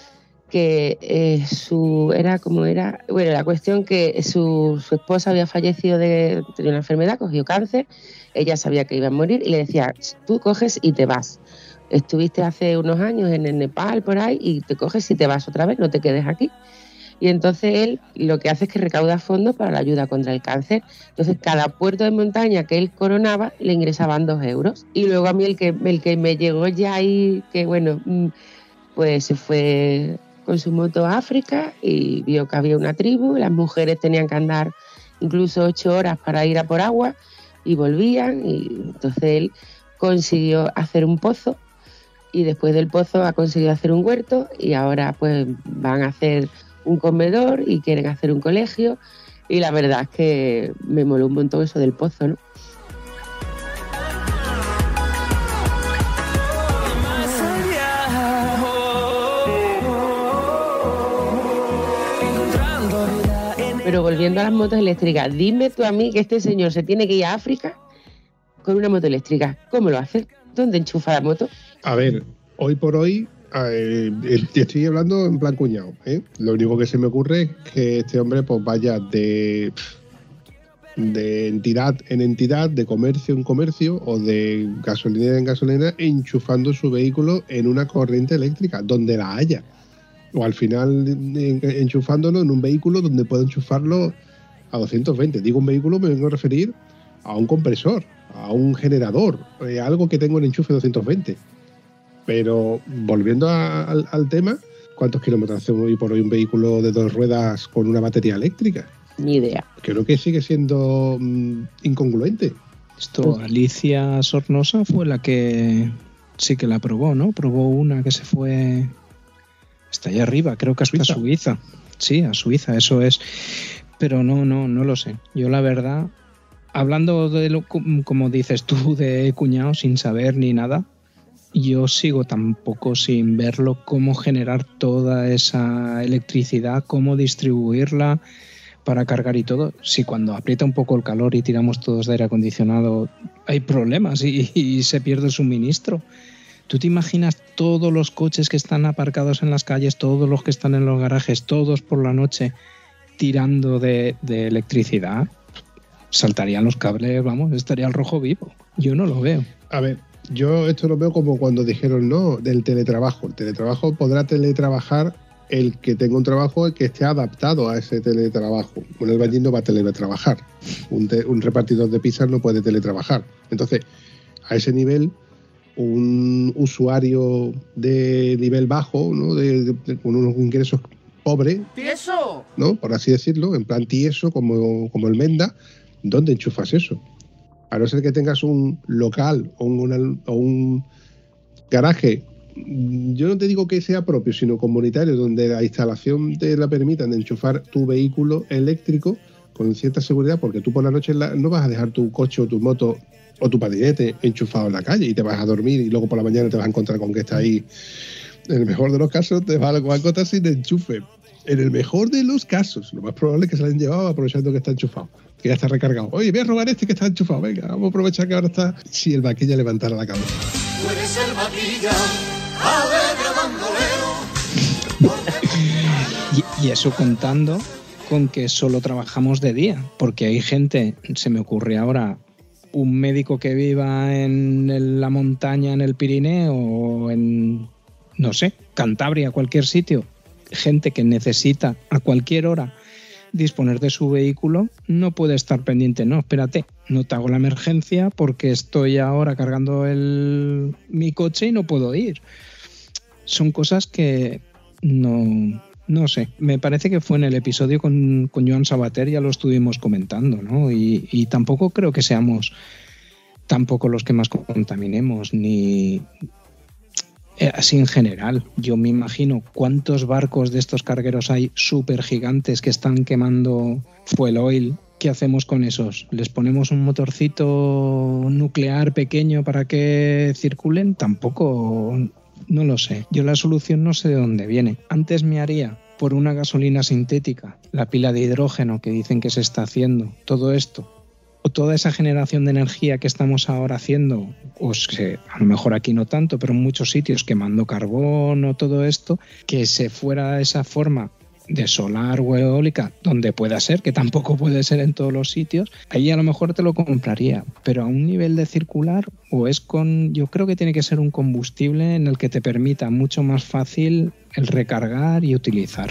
que bueno, la cuestión que su esposa había fallecido, tenía una enfermedad, cogió cáncer, ella sabía que iba a morir y le decía, tú coges y te vas. Estuviste hace unos años en el Nepal, por ahí, y te coges y te vas otra vez, no te quedes aquí. Y entonces él lo que hace es que recauda fondos para la ayuda contra el cáncer. Entonces cada puerto de montaña que él coronaba le ingresaban 2 euros. Y luego a mí el que me llegó ya ahí, que bueno, pues se fue con su moto a África y vio que había una tribu, las mujeres tenían que andar incluso 8 horas para ir a por agua y volvían, y entonces él consiguió hacer un pozo y después del pozo ha conseguido hacer un huerto y ahora pues van a hacer un comedor y quieren hacer un colegio, y la verdad es que me moló un montón eso del pozo, ¿no? Pero volviendo a las motos eléctricas, dime tú a mí que este señor se tiene que ir a África con una moto eléctrica. ¿Cómo lo hace? ¿Dónde enchufa la moto? A ver, hoy por hoy, estoy hablando en plan cuñado, ¿eh? Lo único que se me ocurre es que este hombre pues vaya de entidad en entidad, de comercio en comercio o de gasolinera en gasolinera, enchufando su vehículo en una corriente eléctrica, donde la haya. O al final enchufándolo en un vehículo donde pueda enchufarlo a 220. Digo un vehículo, me vengo a referir a un compresor, a un generador, algo que tenga un enchufe de 220. Pero volviendo al tema, ¿cuántos kilómetros hace hoy por hoy un vehículo de 2 ruedas con una batería eléctrica? Ni idea. Creo que sigue siendo incongruente. Esto, Alicia Sornosa fue la que sí que la probó, ¿no? Probó una que se fue hasta allá arriba, creo que hasta Suiza. Sí, a Suiza, eso es. Pero no lo sé. Yo la verdad, hablando de como dices tú, de cuñado, sin saber ni nada, yo sigo tampoco sin verlo cómo generar toda esa electricidad, cómo distribuirla para cargar y todo. Si cuando aprieta un poco el calor y tiramos todos de aire acondicionado hay problemas y se pierde el suministro. ¿Tú te imaginas todos los coches que están aparcados en las calles, todos los que están en los garajes, todos por la noche tirando de electricidad? Saltarían los cables, vamos, estaría el rojo vivo. Yo no lo veo. A ver, yo esto lo veo como cuando dijeron no, del teletrabajo. El teletrabajo podrá teletrabajar el que tenga un trabajo que esté adaptado a ese teletrabajo. Un albañil no va a teletrabajar. Un repartidor de pizzas no puede teletrabajar. Entonces, a ese nivel, un usuario de nivel bajo, ¿no? Con unos ingresos pobres, ¡tieso!, ¿no? Por así decirlo, en plan tieso, como el Menda, ¿dónde enchufas eso? A no ser que tengas un local o un garaje, yo no te digo que sea propio, sino comunitario, donde la instalación te la permitan de enchufar tu vehículo eléctrico con cierta seguridad, porque tú por la noche no vas a dejar tu coche o tu moto o tu patinete enchufado en la calle y te vas a dormir y luego por la mañana te vas a encontrar con que está ahí. En el mejor de los casos te vas a encontrar sin enchufe. En el mejor de los casos, lo más probable es que se lo hayan llevado aprovechando que está enchufado, que ya está recargado. Oye, voy a robar este que está enchufado, venga, vamos a aprovechar que ahora está. Si el vaquilla levantara la cabeza. Tú eres el vaquilla, alegre bandolero. Y eso contando con que solo trabajamos de día, porque hay gente, se me ocurre ahora, un médico que viva en la montaña, en el Pirineo o en, no sé, Cantabria, cualquier sitio, gente que necesita a cualquier hora disponer de su vehículo, no puede estar pendiente, no, espérate, no te hago la emergencia porque estoy ahora cargando mi coche y no puedo ir. Son cosas que no sé, me parece que fue en el episodio con Joan Sabater, ya lo estuvimos comentando, ¿no? Y tampoco creo que seamos tampoco los que más contaminemos, ni así en general. Yo me imagino cuántos barcos de estos cargueros hay súper gigantes que están quemando fuel oil. ¿Qué hacemos con esos? ¿Les ponemos un motorcito nuclear pequeño para que circulen? Tampoco, no lo sé. Yo la solución no sé de dónde viene. Antes me haría por una gasolina sintética, la pila de hidrógeno que dicen que se está haciendo, todo esto. o toda esa generación de energía que estamos ahora haciendo, pues que a lo mejor aquí no tanto, pero en muchos sitios quemando carbón o todo esto, que se fuera a esa forma de solar o eólica, donde pueda ser, que tampoco puede ser en todos los sitios, ahí a lo mejor te lo compraría, pero a un nivel de circular, o es con, yo creo que tiene que ser un combustible en el que te permita mucho más fácil el recargar y utilizar.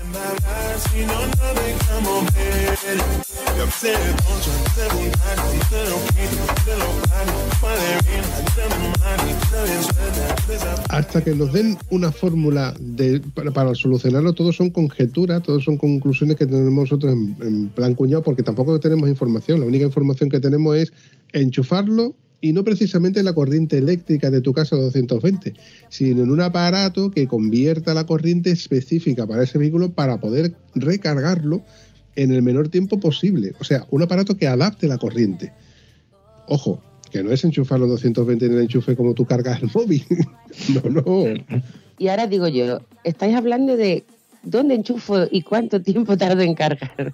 Hasta que nos den una fórmula para solucionarlo, todo son conjeturas, todos son conclusiones que tenemos nosotros en plan cuñado, porque tampoco tenemos información. La única información que tenemos es enchufarlo, y no precisamente la corriente eléctrica de tu casa de 220, sino en un aparato que convierta la corriente específica para ese vehículo para poder recargarlo en el menor tiempo posible. O sea, un aparato que adapte la corriente. Ojo, que no es enchufar los 220 en el enchufe como tú cargas el móvil. No. Y ahora digo yo, estáis hablando de dónde enchufo y cuánto tiempo tardo en cargar.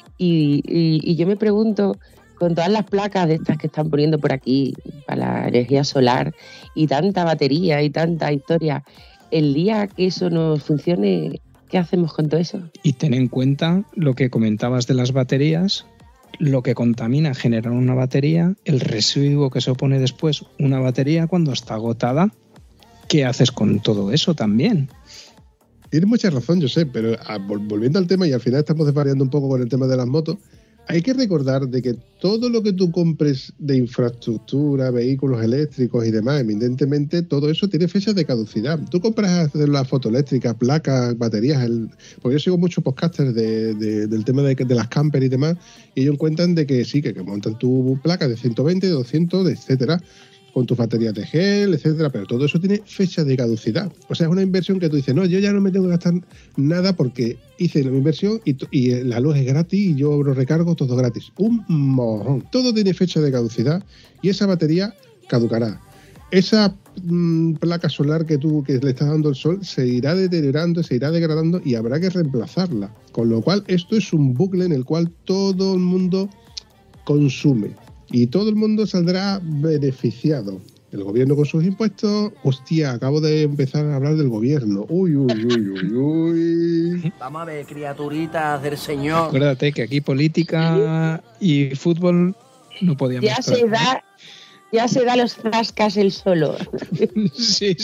Y yo me pregunto, con todas las placas de estas que están poniendo por aquí para la energía solar y tanta batería y tanta historia, el día que eso no funcione, ¿qué hacemos con todo eso? Y ten en cuenta lo que comentabas de las baterías, lo que contamina generar una batería, el residuo que se opone después una batería cuando está agotada. ¿Qué haces con todo eso también? Tienes mucha razón, yo sé, pero volviendo al tema, y al final estamos desvariando un poco con el tema de las motos, hay que recordar de que todo lo que tú compres de infraestructura, vehículos eléctricos y demás, evidentemente todo eso tiene fechas de caducidad. Tú compras la fotoeléctrica, placas, baterías, porque yo sigo muchos podcasters del tema de las camper y demás, y ellos cuentan de que sí, que montan tu placa de 120, 200, etcétera, con tus baterías de gel, etcétera, pero todo eso tiene fecha de caducidad. O sea, es una inversión que tú dices, no, yo ya no me tengo que gastar nada porque hice la inversión y la luz es gratis y yo lo recargo todo gratis. Un mojón. Todo tiene fecha de caducidad y esa batería caducará. Esa placa solar que le estás dando el sol se irá deteriorando, se irá degradando y habrá que reemplazarla. Con lo cual, esto es un bucle en el cual todo el mundo consume. Y todo el mundo saldrá beneficiado. El gobierno con sus impuestos. Hostia, acabo de empezar a hablar del gobierno. Uy. Vamos a ver, criaturitas del señor. Acuérdate que aquí política y fútbol no podíamos estar. Ya se da los zascas él solo. Sí.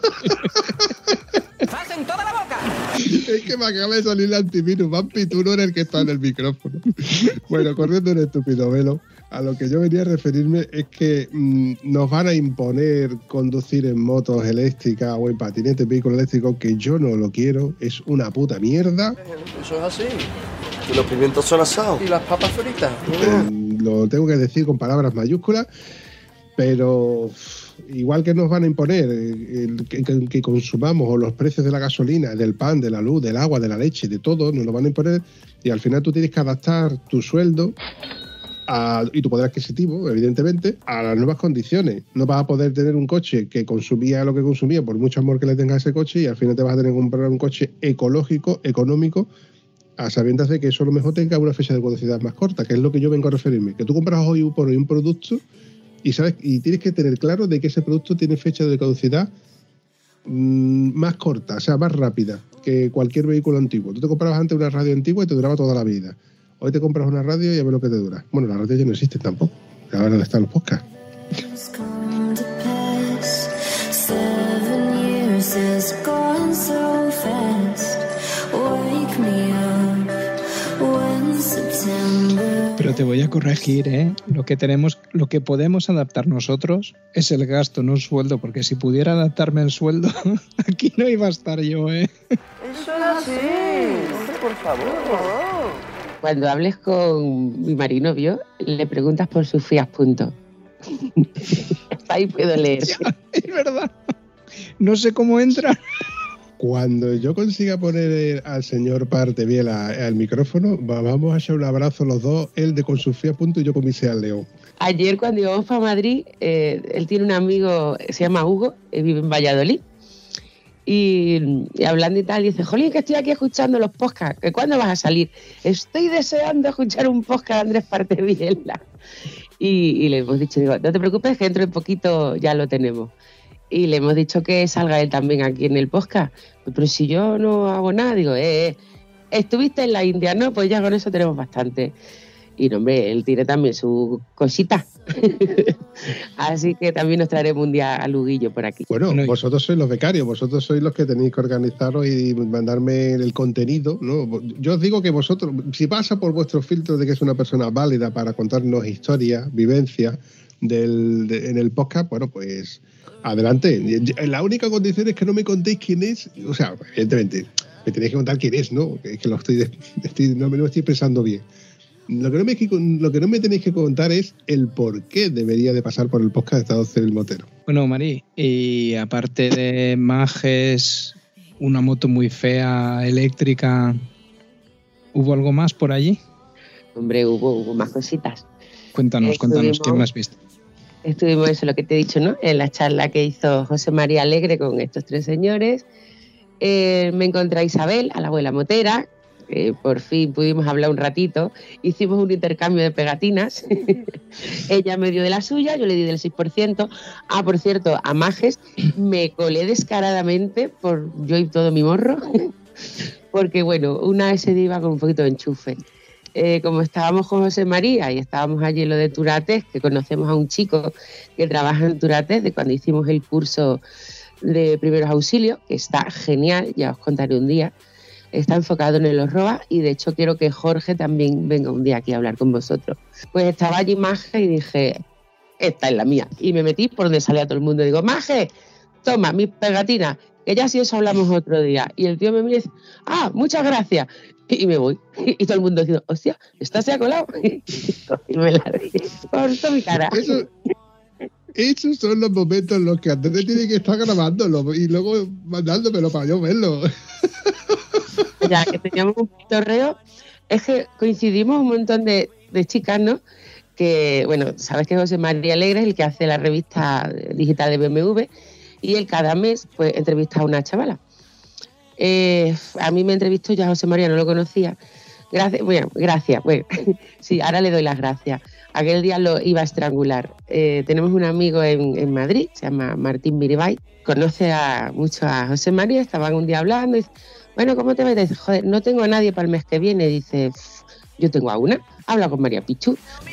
¡Zas en toda la boca! Es que me acaba de salir el antivirus. Vampi, tú no eres el que está en el micrófono. Bueno, corriendo un estúpido velo. A lo que yo venía a referirme es que nos van a imponer conducir en motos eléctricas o en patinetes, vehículos eléctricos, que yo no lo quiero. Es una puta mierda. Eso es así. Y los pimientos son asados. Y las papas fritas. Lo tengo que decir con palabras mayúsculas, pero igual que nos van a imponer que consumamos o los precios de la gasolina, del pan, de la luz, del agua, de la leche, de todo, nos lo van a imponer y al final tú tienes que adaptar tu sueldo y tu poder adquisitivo, evidentemente, a las nuevas condiciones. No vas a poder tener un coche que consumía lo que consumía por mucho amor que le tengas a ese coche y al final te vas a tener que comprar un coche ecológico, económico, a sabiendas de que eso a lo mejor tenga una fecha de caducidad más corta, que es lo que yo vengo a referirme. Que tú compras hoy por hoy un producto y sabes y tienes que tener claro de que ese producto tiene fecha de caducidad más corta, o sea, más rápida que cualquier vehículo antiguo. Tú te comprabas antes una radio antigua y te duraba toda la vida. Hoy te compras una radio y a ver lo que te dura. Bueno, la radio ya no existe tampoco. Ahora están los podcasts. Pero te voy a corregir, ¿eh? Lo que podemos adaptar nosotros es el gasto, no el sueldo, porque si pudiera adaptarme el sueldo, aquí no iba a estar yo, ¿eh? Eso es así. Hombre, por favor. Cuando hables con mi marinovio, le preguntas por sus Fiat Punto. Ahí puedo leer. Ya, es verdad. No sé cómo entra. Cuando yo consiga poner al señor Parteviela al micrófono, vamos a echar un abrazo los dos, él con su Fiat Punto y yo con mi Seat León. Ayer cuando íbamos para Madrid, él tiene un amigo, se llama Hugo, vive en Valladolid. Y hablando y tal, dice, jolín, que estoy aquí escuchando los podcasts, ¿que cuándo vas a salir? Estoy deseando escuchar un podcast de Andrés Parteviela. Y le hemos dicho, digo, no te preocupes que dentro de poquito ya lo tenemos. Y le hemos dicho que salga él también aquí en el podcast. Pero si yo no hago nada, digo, estuviste en la India, ¿no? Pues ya con eso tenemos bastante. Y no, hombre, él tiene también su cosita. Así que también nos traeremos un día a Luguillo por aquí. Bueno, vosotros sois los becarios, vosotros sois los que tenéis que organizaros y mandarme el contenido, ¿no? Yo os digo que vosotros, si pasa por vuestro filtro de que es una persona válida para contarnos historias, vivencias en el podcast, bueno, pues adelante. La única condición es que no me contéis quién es, o sea, evidentemente, me tenéis que contar quién es, ¿no? Que lo no me estoy expresando bien. Lo que no me tenéis que contar es el por qué debería de pasar por el podcast de Estado Civil Motero. Bueno, Mari, y aparte de Majes, una moto muy fea, eléctrica, ¿hubo algo más por allí? Hombre, hubo más cositas. Cuéntanos, ¿qué más viste? Estuvimos, eso lo que te he dicho, ¿no? En la charla que hizo José María Alegre con estos tres señores. Me encontré a Isabel, a la abuela motera. Por fin pudimos hablar un ratito, hicimos un intercambio de pegatinas, ella me dio de la suya, yo le di del 6%, por cierto, a Majes me colé descaradamente por yo y todo mi morro, porque bueno, una vez se iba con un poquito de enchufe. Como estábamos con José María y estábamos allí en lo de Turates, que conocemos a un chico que trabaja en Turates, de cuando hicimos el curso de primeros auxilios, que está genial, ya os contaré un día. Está enfocado en el Orroa y de hecho quiero que Jorge también venga un día aquí a hablar con vosotros. Pues estaba allí Maje y dije, esta es la mía. Y me metí por donde salía todo el mundo. Digo, Maje, toma mis pegatinas, que ya si os hablamos otro día. Y el tío me mira y dice, muchas gracias. Y me voy. Y todo el mundo diciendo, hostia, ¿esta se ha colado? Y me la di por toda mi cara. Esos son los momentos en los que Andrés tiene que estar grabándolo y luego mandándomelo para yo verlo. Ya que teníamos un torreo, es que coincidimos un montón de chicas, ¿no? Que, bueno, sabes que José María Alegre es el que hace la revista digital de BMW y él cada mes pues entrevista a una chavala. A mí me entrevistó, ya José María no lo conocía. Gracias. Bueno, sí, ahora le doy las gracias. Aquel día lo iba a estrangular. Tenemos un amigo en Madrid, se llama Martín Miribay, conoce mucho a José María, estaban un día hablando y dice, bueno, ¿cómo te ves? Dice, joder, no tengo a nadie para el mes que viene. Dice, yo tengo a una, habla con María Pichu.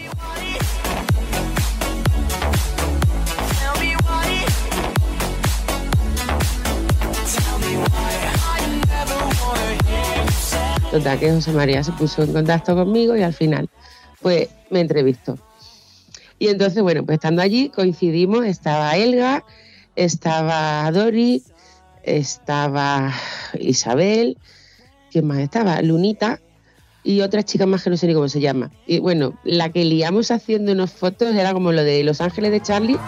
Total, que José María se puso en contacto conmigo y al final pues me entrevistó. Y entonces, bueno, pues estando allí coincidimos, estaba Elga, estaba Dori, estaba Isabel, ¿quién más estaba? Lunita y otra chica más que no sé ni cómo se llama. Y bueno, la que liamos haciéndonos fotos era como lo de Los Ángeles de Charlie.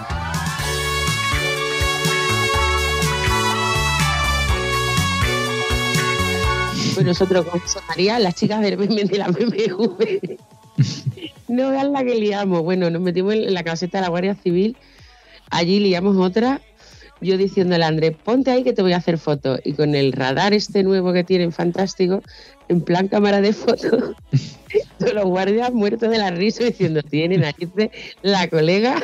Pues nosotros con José María, las chicas de la BMW. No vean la que liamos. Bueno, nos metimos en la caseta de la Guardia Civil. Allí liamos otra. Yo diciéndole a Andrés, ponte ahí que te voy a hacer fotos. Y con el radar este nuevo que tienen, fantástico, en plan cámara de fotos, todos los guardias muertos de la risa diciendo, tienen aquí la colega.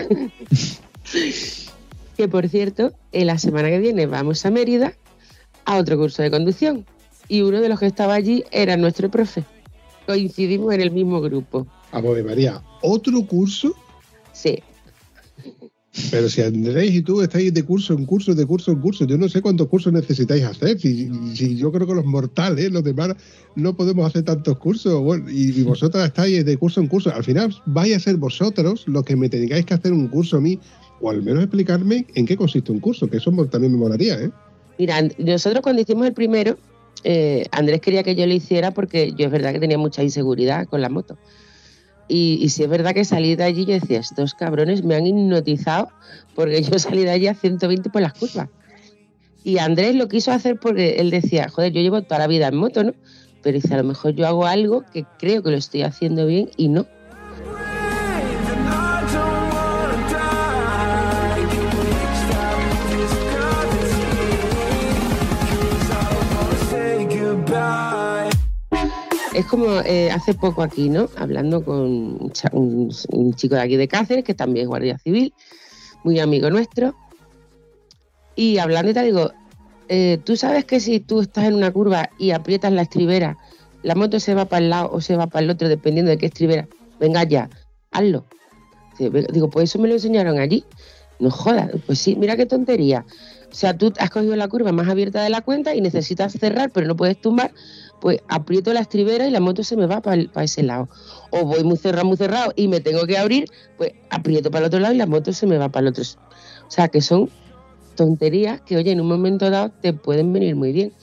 Que por cierto, en la semana que viene vamos a Mérida a otro curso de conducción. Y uno de los que estaba allí era nuestro profe. Coincidimos en el mismo grupo. Ave María, ¿otro curso? Sí. Pero si Andrés y tú estáis de curso en curso, yo no sé cuántos cursos necesitáis hacer. Si yo creo que los mortales, los demás, no podemos hacer tantos cursos. Bueno, y vosotras estáis de curso en curso. Al final vais a ser vosotros los que me tengáis que hacer un curso a mí, o al menos explicarme en qué consiste un curso, que eso también me molaría, ¿eh? Mira, nosotros cuando hicimos el primero, Andrés quería que yo lo hiciera porque yo es verdad que tenía mucha inseguridad con la moto. Y si es verdad que salí de allí y decía, estos cabrones me han hipnotizado porque yo salí de allí a 120 por las curvas. Y Andrés lo quiso hacer porque él decía, joder, yo llevo toda la vida en moto, ¿no? Pero dice, a lo mejor yo hago algo que creo que lo estoy haciendo bien y no. Es como hace poco aquí, ¿no? Hablando con un chico de aquí de Cáceres, que también es guardia civil, muy amigo nuestro, y hablando y te digo, tú sabes que si tú estás en una curva y aprietas la estribera, la moto se va para el lado o se va para el otro, dependiendo de qué estribera. Venga ya, hazlo. Digo, pues eso me lo enseñaron allí. No jodas, pues sí, mira qué tontería. O sea, tú has cogido la curva más abierta de la cuenta y necesitas cerrar, pero no puedes tumbar, pues aprieto la estribera y la moto se me va para ese lado. O voy muy cerrado y me tengo que abrir, pues aprieto para el otro lado y la moto se me va para el otro. O sea, que son tonterías que, oye, en un momento dado te pueden venir muy bien.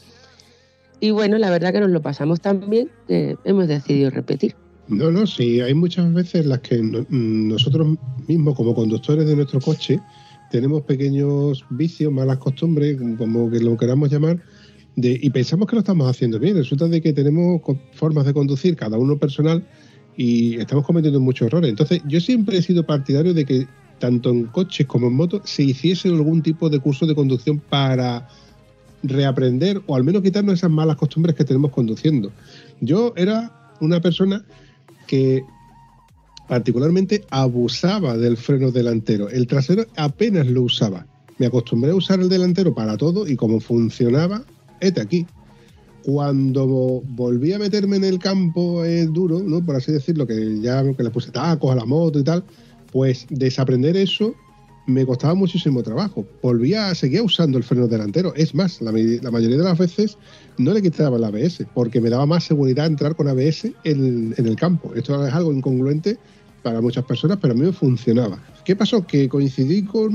Y bueno, la verdad que nos lo pasamos tan bien que hemos decidido repetir. No, sí, hay muchas veces en las que nosotros mismos, como conductores de nuestro coche, tenemos pequeños vicios, malas costumbres, como que lo queramos llamar, y pensamos que lo estamos haciendo bien. Resulta de que tenemos formas de conducir, cada uno personal, y estamos cometiendo muchos errores. Entonces, yo siempre he sido partidario de que, tanto en coches como en motos, se hiciese algún tipo de curso de conducción para reaprender, o al menos quitarnos esas malas costumbres que tenemos conduciendo. Yo era una persona que particularmente abusaba del freno delantero. El trasero apenas lo usaba. Me acostumbré a usar el delantero para todo y como funcionaba, hete aquí. Cuando volví a meterme en el campo duro, ¿no? Por así decirlo, que le puse tacos a la moto y tal, pues desaprender eso me costaba muchísimo trabajo. Seguía usando el freno delantero. Es más, la mayoría de las veces no le quitaba el ABS, porque me daba más seguridad entrar con ABS en el campo. Esto es algo incongruente para muchas personas, pero a mí me funcionaba. ¿Qué pasó? Que coincidí con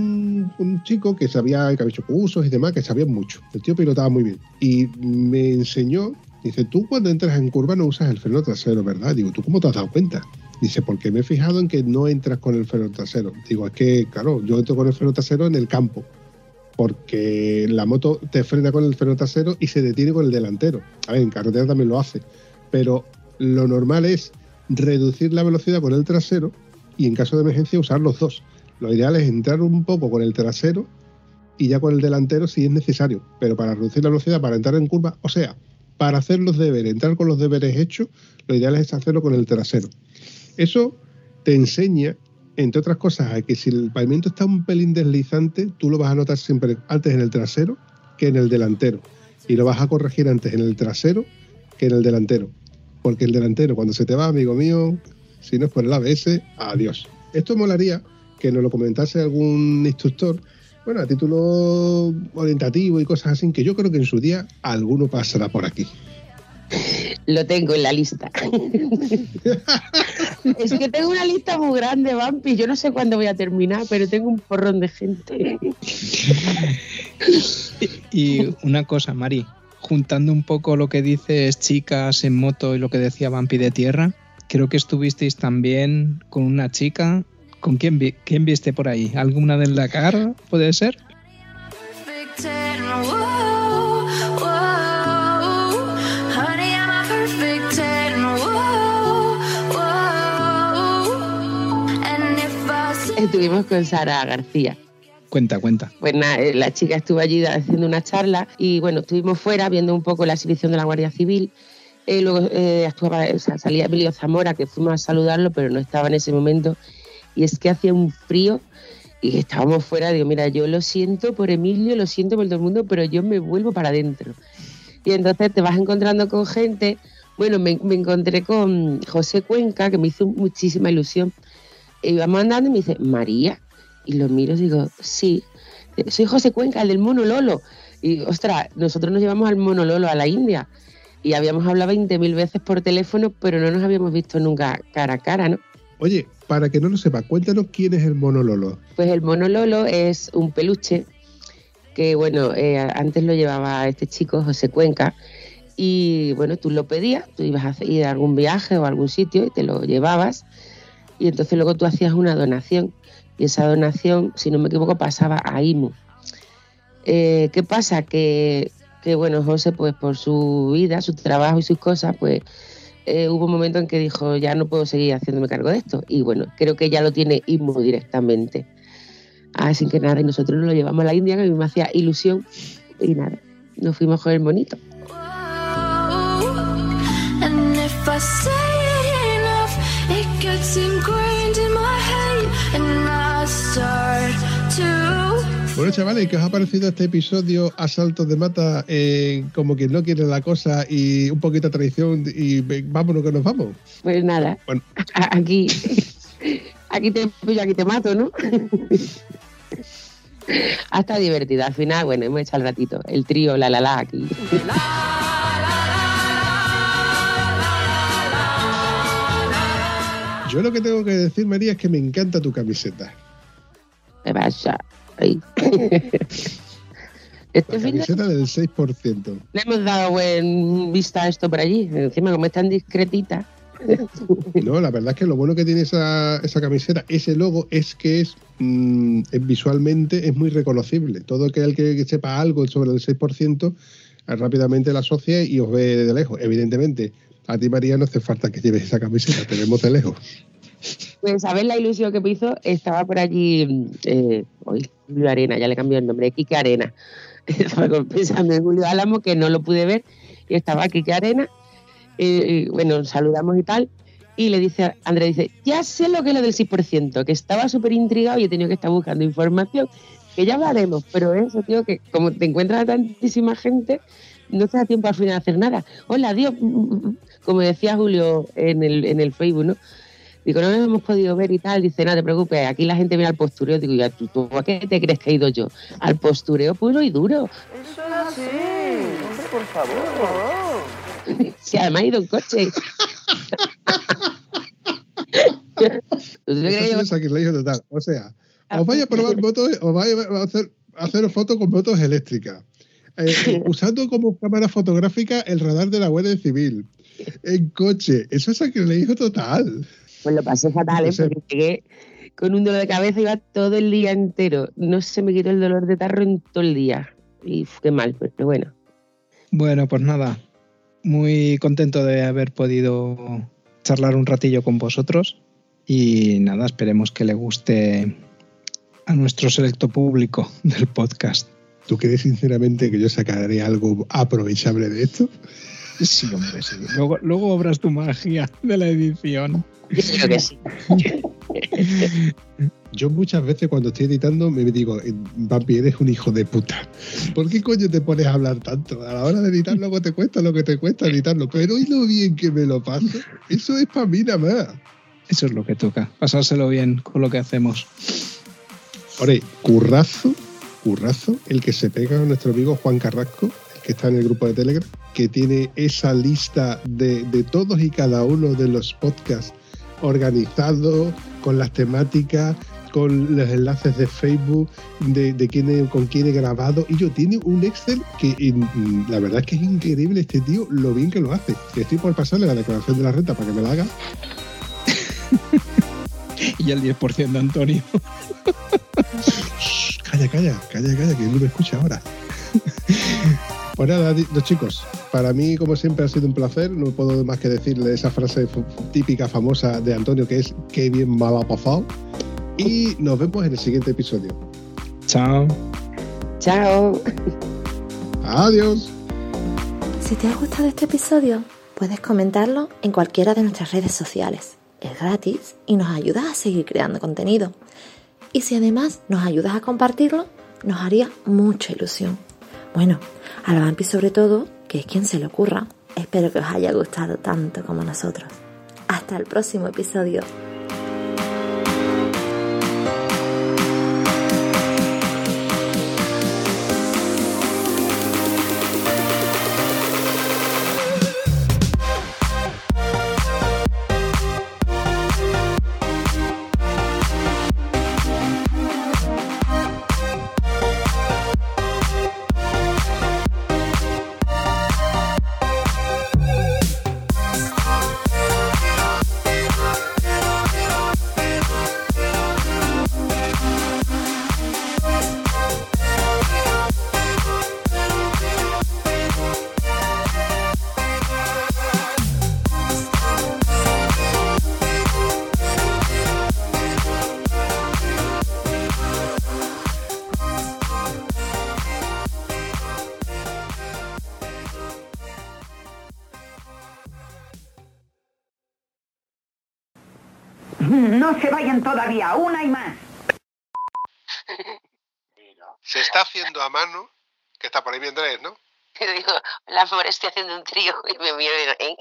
un chico que había hecho cursos y demás, que sabía mucho. El tío pilotaba muy bien. Y me enseñó, dice, tú cuando entras en curva no usas el freno trasero, ¿verdad? Digo, ¿tú cómo te has dado cuenta? Dice, porque me he fijado en que no entras con el freno trasero. Digo, es que, claro, yo entro con el freno trasero en el campo, porque la moto te frena con el freno trasero y se detiene con el delantero. A ver, en carretera también lo hace, pero lo normal es reducir la velocidad con el trasero y en caso de emergencia usar los dos. Lo ideal es entrar un poco con el trasero y ya con el delantero si es necesario, pero para reducir la velocidad, para entrar en curva, o sea, para hacer los deberes, entrar con los deberes hechos, lo ideal es hacerlo con el trasero. Eso te enseña, entre otras cosas, a que si el pavimento está un pelín deslizante, tú lo vas a notar siempre antes en el trasero que en el delantero. Y lo vas a corregir antes en el trasero que en el delantero. Porque el delantero, cuando se te va, amigo mío, si no es por el ABS, adiós. Esto molaría que nos lo comentase algún instructor, bueno, a título orientativo y cosas así, que yo creo que en su día alguno pasará por aquí. Lo tengo en la lista. Es que tengo una lista muy grande, Vampi. Yo no sé cuándo voy a terminar, pero tengo un porrón de gente. Y una cosa, Mari, juntando un poco lo que dices chicas en moto y lo que decía Vampi de tierra, creo que estuvisteis también con una chica. ¿Con quién viste por ahí? ¿Alguna del Dakar puede ser? Estuvimos con Sara García. Cuenta. Pues nada, la chica estuvo allí haciendo una charla y bueno, estuvimos fuera viendo un poco la exhibición de la Guardia Civil. Luego salía Emilio Zamora, que fuimos a saludarlo, pero no estaba en ese momento. Y es que hacía un frío y estábamos fuera. Digo, mira, yo lo siento por Emilio, lo siento por todo el mundo, pero yo me vuelvo para adentro. Y entonces te vas encontrando con gente. Bueno, me encontré con José Cuenca, que me hizo muchísima ilusión. Y íbamos andando y me dice, María. Y lo miro y digo, sí, soy José Cuenca, el del Mono Lolo. Y, ostras, nosotros nos llevamos al Mono Lolo a la India. Y habíamos hablado 20.000 veces por teléfono, pero no nos habíamos visto nunca cara a cara, ¿no? Oye, para que no lo sepa, cuéntanos quién es el Mono Lolo. Pues el Mono Lolo es un peluche que, bueno, antes lo llevaba este chico, José Cuenca, y, bueno, tú lo pedías, tú ibas a ir a algún viaje o a algún sitio y te lo llevabas, y entonces luego tú hacías una donación, y esa donación, si no me equivoco, pasaba a IMU. ¿Qué pasa? Que bueno, José, pues por su vida, su trabajo y sus cosas, pues hubo un momento en que dijo, ya no puedo seguir haciéndome cargo de esto. Y bueno, creo que ya lo tiene IMU directamente. Así que nada, y nosotros nos lo llevamos a la India, que a mí me hacía ilusión. Y nada, nos fuimos con el monito. I say enough, it gets ingrained in my head, and I start to. Bueno, chavales, ¿qué os ha parecido este episodio a saltos de mata? Como quien no quiere la cosa y un poquito de traición y vámonos que nos vamos. Pues nada, bueno. aquí te pillo, aquí te mato, ¿no? Hasta divertida. Al final, bueno, hemos echado el ratito. El trío, la aquí. Yo lo que tengo que decir, María, es que me encanta tu camiseta. ¿Qué pasa? Ay. La camiseta del 6%. Le hemos dado buen vista a esto por allí. Encima, como es tan discretita. No, la verdad es que lo bueno que tiene esa camiseta, ese logo, es que es visualmente es muy reconocible. Todo aquel que sepa algo sobre el 6% rápidamente la asocia y os ve de lejos. Evidentemente, a ti, María, no hace falta que lleves esa camiseta, te vemos de lejos. Pues a ver la ilusión que me hizo, estaba por allí Julio Arena, ya le cambió el nombre, Quique Arena. Estaba pensando en Julio Álamo, que no lo pude ver, y estaba Quique Arena. Bueno, saludamos y tal, y le dice Andrés, dice, ya sé lo que es lo del 6%, que estaba súper intrigado y he tenido que estar buscando información, que ya hablaremos, pero eso, tío, que como te encuentras a tantísima gente, no te da tiempo al final de hacer nada. Hola, Dios, como decía Julio en el Facebook, ¿no? Digo, no nos hemos podido ver y tal. Dice, no te preocupes, aquí la gente viene al postureo. Digo, ya, ¿tú a qué te crees que he ido yo? Al postureo puro y duro. Eso es así. Hombre, por favor. Sí, además he ido en coche. Eso es sacrilegio total. O sea, os vais a probar motos, os vais a hacer fotos con motos eléctricas. Usando como cámara fotográfica el radar de la Guardia Civil. En coche. Eso es sacrilegio total. Pues lo pasé fatal, porque llegué con un dolor de cabeza, iba todo el día entero. No se me quitó el dolor de tarro en todo el día. Y qué mal, pero bueno. Bueno, pues nada. Muy contento de haber podido charlar un ratillo con vosotros. Y nada, esperemos que le guste a nuestro selecto público del podcast. ¿Tú crees sinceramente que yo sacaré algo aprovechable de esto? Sí, hombre, sí. Luego obras tu magia de la edición. Yo creo que sí. Yo muchas veces cuando estoy editando me digo, Vampi, eres un hijo de puta. ¿Por qué coño te pones a hablar tanto? A la hora de editar luego te cuesta lo que te cuesta editarlo. Pero ¿y lo bien que me lo paso? Eso es para mí nada más. Eso es lo que toca, pasárselo bien con lo que hacemos. Ore, currazo, el que se pega a nuestro amigo Juan Carrasco, que está en el grupo de Telegram, que tiene esa lista de todos y cada uno de los podcasts organizados, con las temáticas, con los enlaces de Facebook, con quién he grabado. Y yo tiene un Excel que la verdad es que es increíble este tío, lo bien que lo hace. Estoy por pasarle la declaración de la renta para que me la haga. Y el 10% de Antonio. Calla, que él no me escucha ahora. Pues nada, los chicos, para mí, como siempre, ha sido un placer. No puedo más que decirle esa frase típica, famosa de Antonio, que es qué bien me ha pasado. Y nos vemos en el siguiente episodio. Chao. Chao. Adiós. Si te ha gustado este episodio, puedes comentarlo en cualquiera de nuestras redes sociales. Es gratis y nos ayudas a seguir creando contenido. Y si además nos ayudas a compartirlo, nos haría mucha ilusión. Bueno, al Vampi sobre todo, que es quien se le ocurra. Espero que os haya gustado tanto como nosotros. Hasta el próximo episodio. No se vayan todavía, una y más. Se está haciendo a mano, que está por ahí mi Andrés, ¿no? Yo digo, el amor, estoy haciendo un trío y me miro y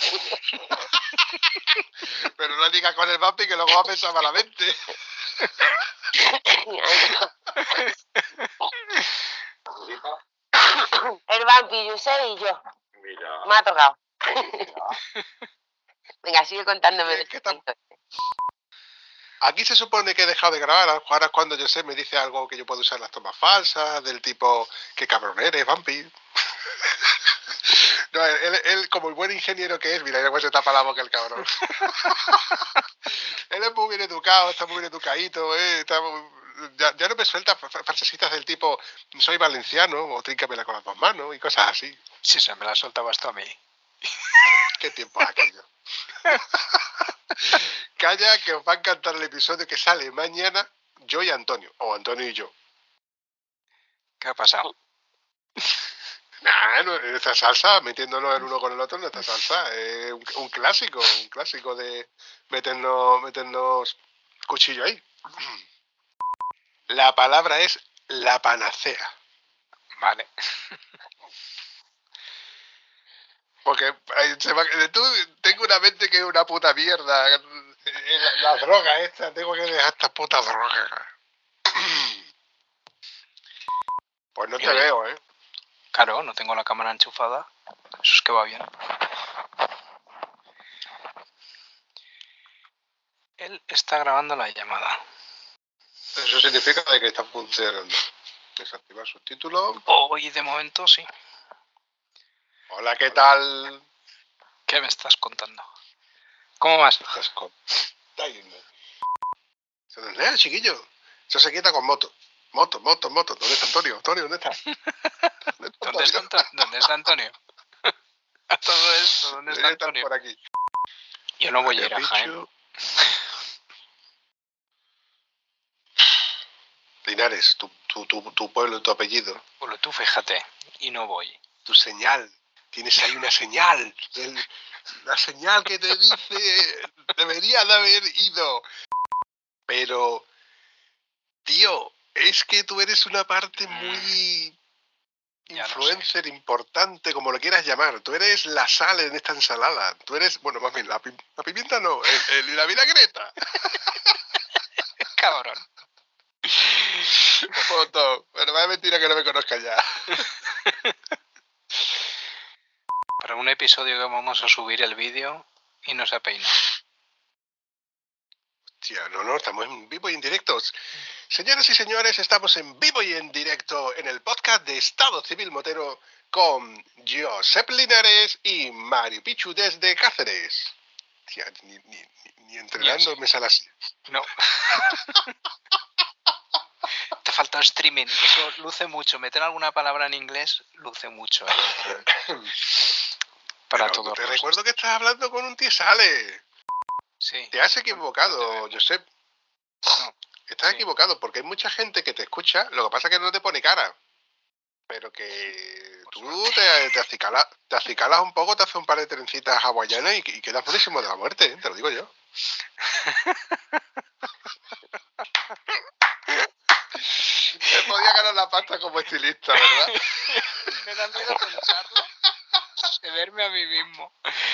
Pero no diga con el vampi que luego va a pensar malamente. El vampi, Josep y yo. Mira. Me ha tocado. Venga, sigue contándome. Aquí se supone que he dejado de grabar. Ahora es cuando yo sé, me dice algo que yo puedo usar las tomas falsas, del tipo, qué cabrón eres, vampi. No, él, como el buen ingeniero que es, mira, después se tapa la boca el cabrón. Él es muy bien educado, está muy bien educadito, ya no me suelta frasecitas del tipo, soy valenciano, o tríncamela con las dos manos, y cosas así. Sí, se me la soltabas tú a mí. Qué tiempo aquello. Calla, que os va a encantar el episodio que sale mañana, yo y Antonio, o Antonio y yo. ¿Qué ha pasado? Nah, nuestra salsa, metiéndonos el uno con el otro, nuestra salsa es un clásico de meternos cuchillo ahí. La palabra es la panacea. Vale. Porque tengo una mente que es una puta mierda. Las drogas estas, tengo que dejar estas putas drogas. Pues no te veo, ¿eh? Claro, no tengo la cámara enchufada. Eso es que va bien. Él está grabando la llamada. Eso significa que está funcionando. Desactivar subtítulos. Hoy de momento sí. Hola, ¿qué tal? ¿Qué me estás contando? ¿Cómo vas? Está yendo. Eso no es nada, chiquillo. Eso se quita con moto. Moto. ¿Dónde está Antonio? Antonio, ¿dónde está? ¿Dónde está Antonio? A todo esto, ¿dónde está Antonio? Por aquí. Yo no voy a ir a Jaén. Linares, tu pueblo, tu apellido. Bueno, tú fíjate, y no voy. Tu señal. Tienes ahí una señal. La señal que te dice debería de haber ido. Pero, tío, es que tú eres una parte muy influencer importante, como lo quieras llamar. Tú eres la sal en esta ensalada. Tú eres, bueno, más bien, la pimienta no, la vinagreta. Cabrón. Foto. Bueno, vaya mentira que no me conozcas ya. Para un episodio que vamos a subir el vídeo y no se ha peinado. Hostia, no, estamos en vivo y en directo. Señoras y señores, estamos en vivo y en directo en el podcast de Estado Civil Motero con Josep Linares y Mario Pichu desde Cáceres. Tía, ni entrenando me sale así. No. Te falta streaming, eso luce mucho. Meter alguna palabra en inglés luce mucho. Para todo. Te recuerdo que estás hablando con un tío sale. Sí. Te has equivocado, Josep. No. Estás equivocado porque hay mucha gente que te escucha, lo que pasa es que no te pone cara. Pero que tú te acicalas un poco, te haces un par de trencitas hawaianas y quedas buenísimo de la muerte, te lo digo yo. Me podía ganar la pasta como estilista, ¿verdad? Me da miedo pensarlo, de verme a mí mismo.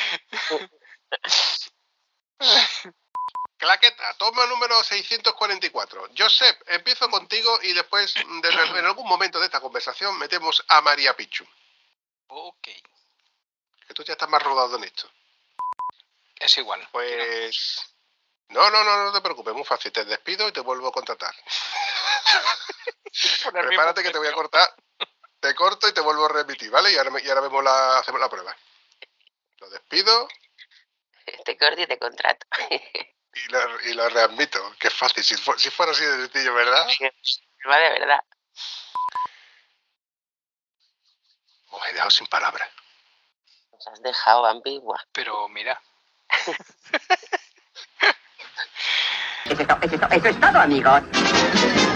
Claqueta, toma número 644. Josep, empiezo contigo y después, en algún momento de esta conversación, metemos a María Pichu. Ok. Que tú ya estás más rodado en esto. Es igual. Pues... No te preocupes, muy fácil. Te despido y te vuelvo a contratar. Prepárate que te voy a cortar. Te corto y te vuelvo a remitir, ¿vale? Y ahora hacemos la prueba. Lo despido. Te corto y te contrato. Y lo readmito, que es fácil. Si fuera así de sencillo, ¿verdad? Va de verdad. Os he dejado sin palabras. Nos has dejado ambigua. Pero mira. Eso es todo, amigos.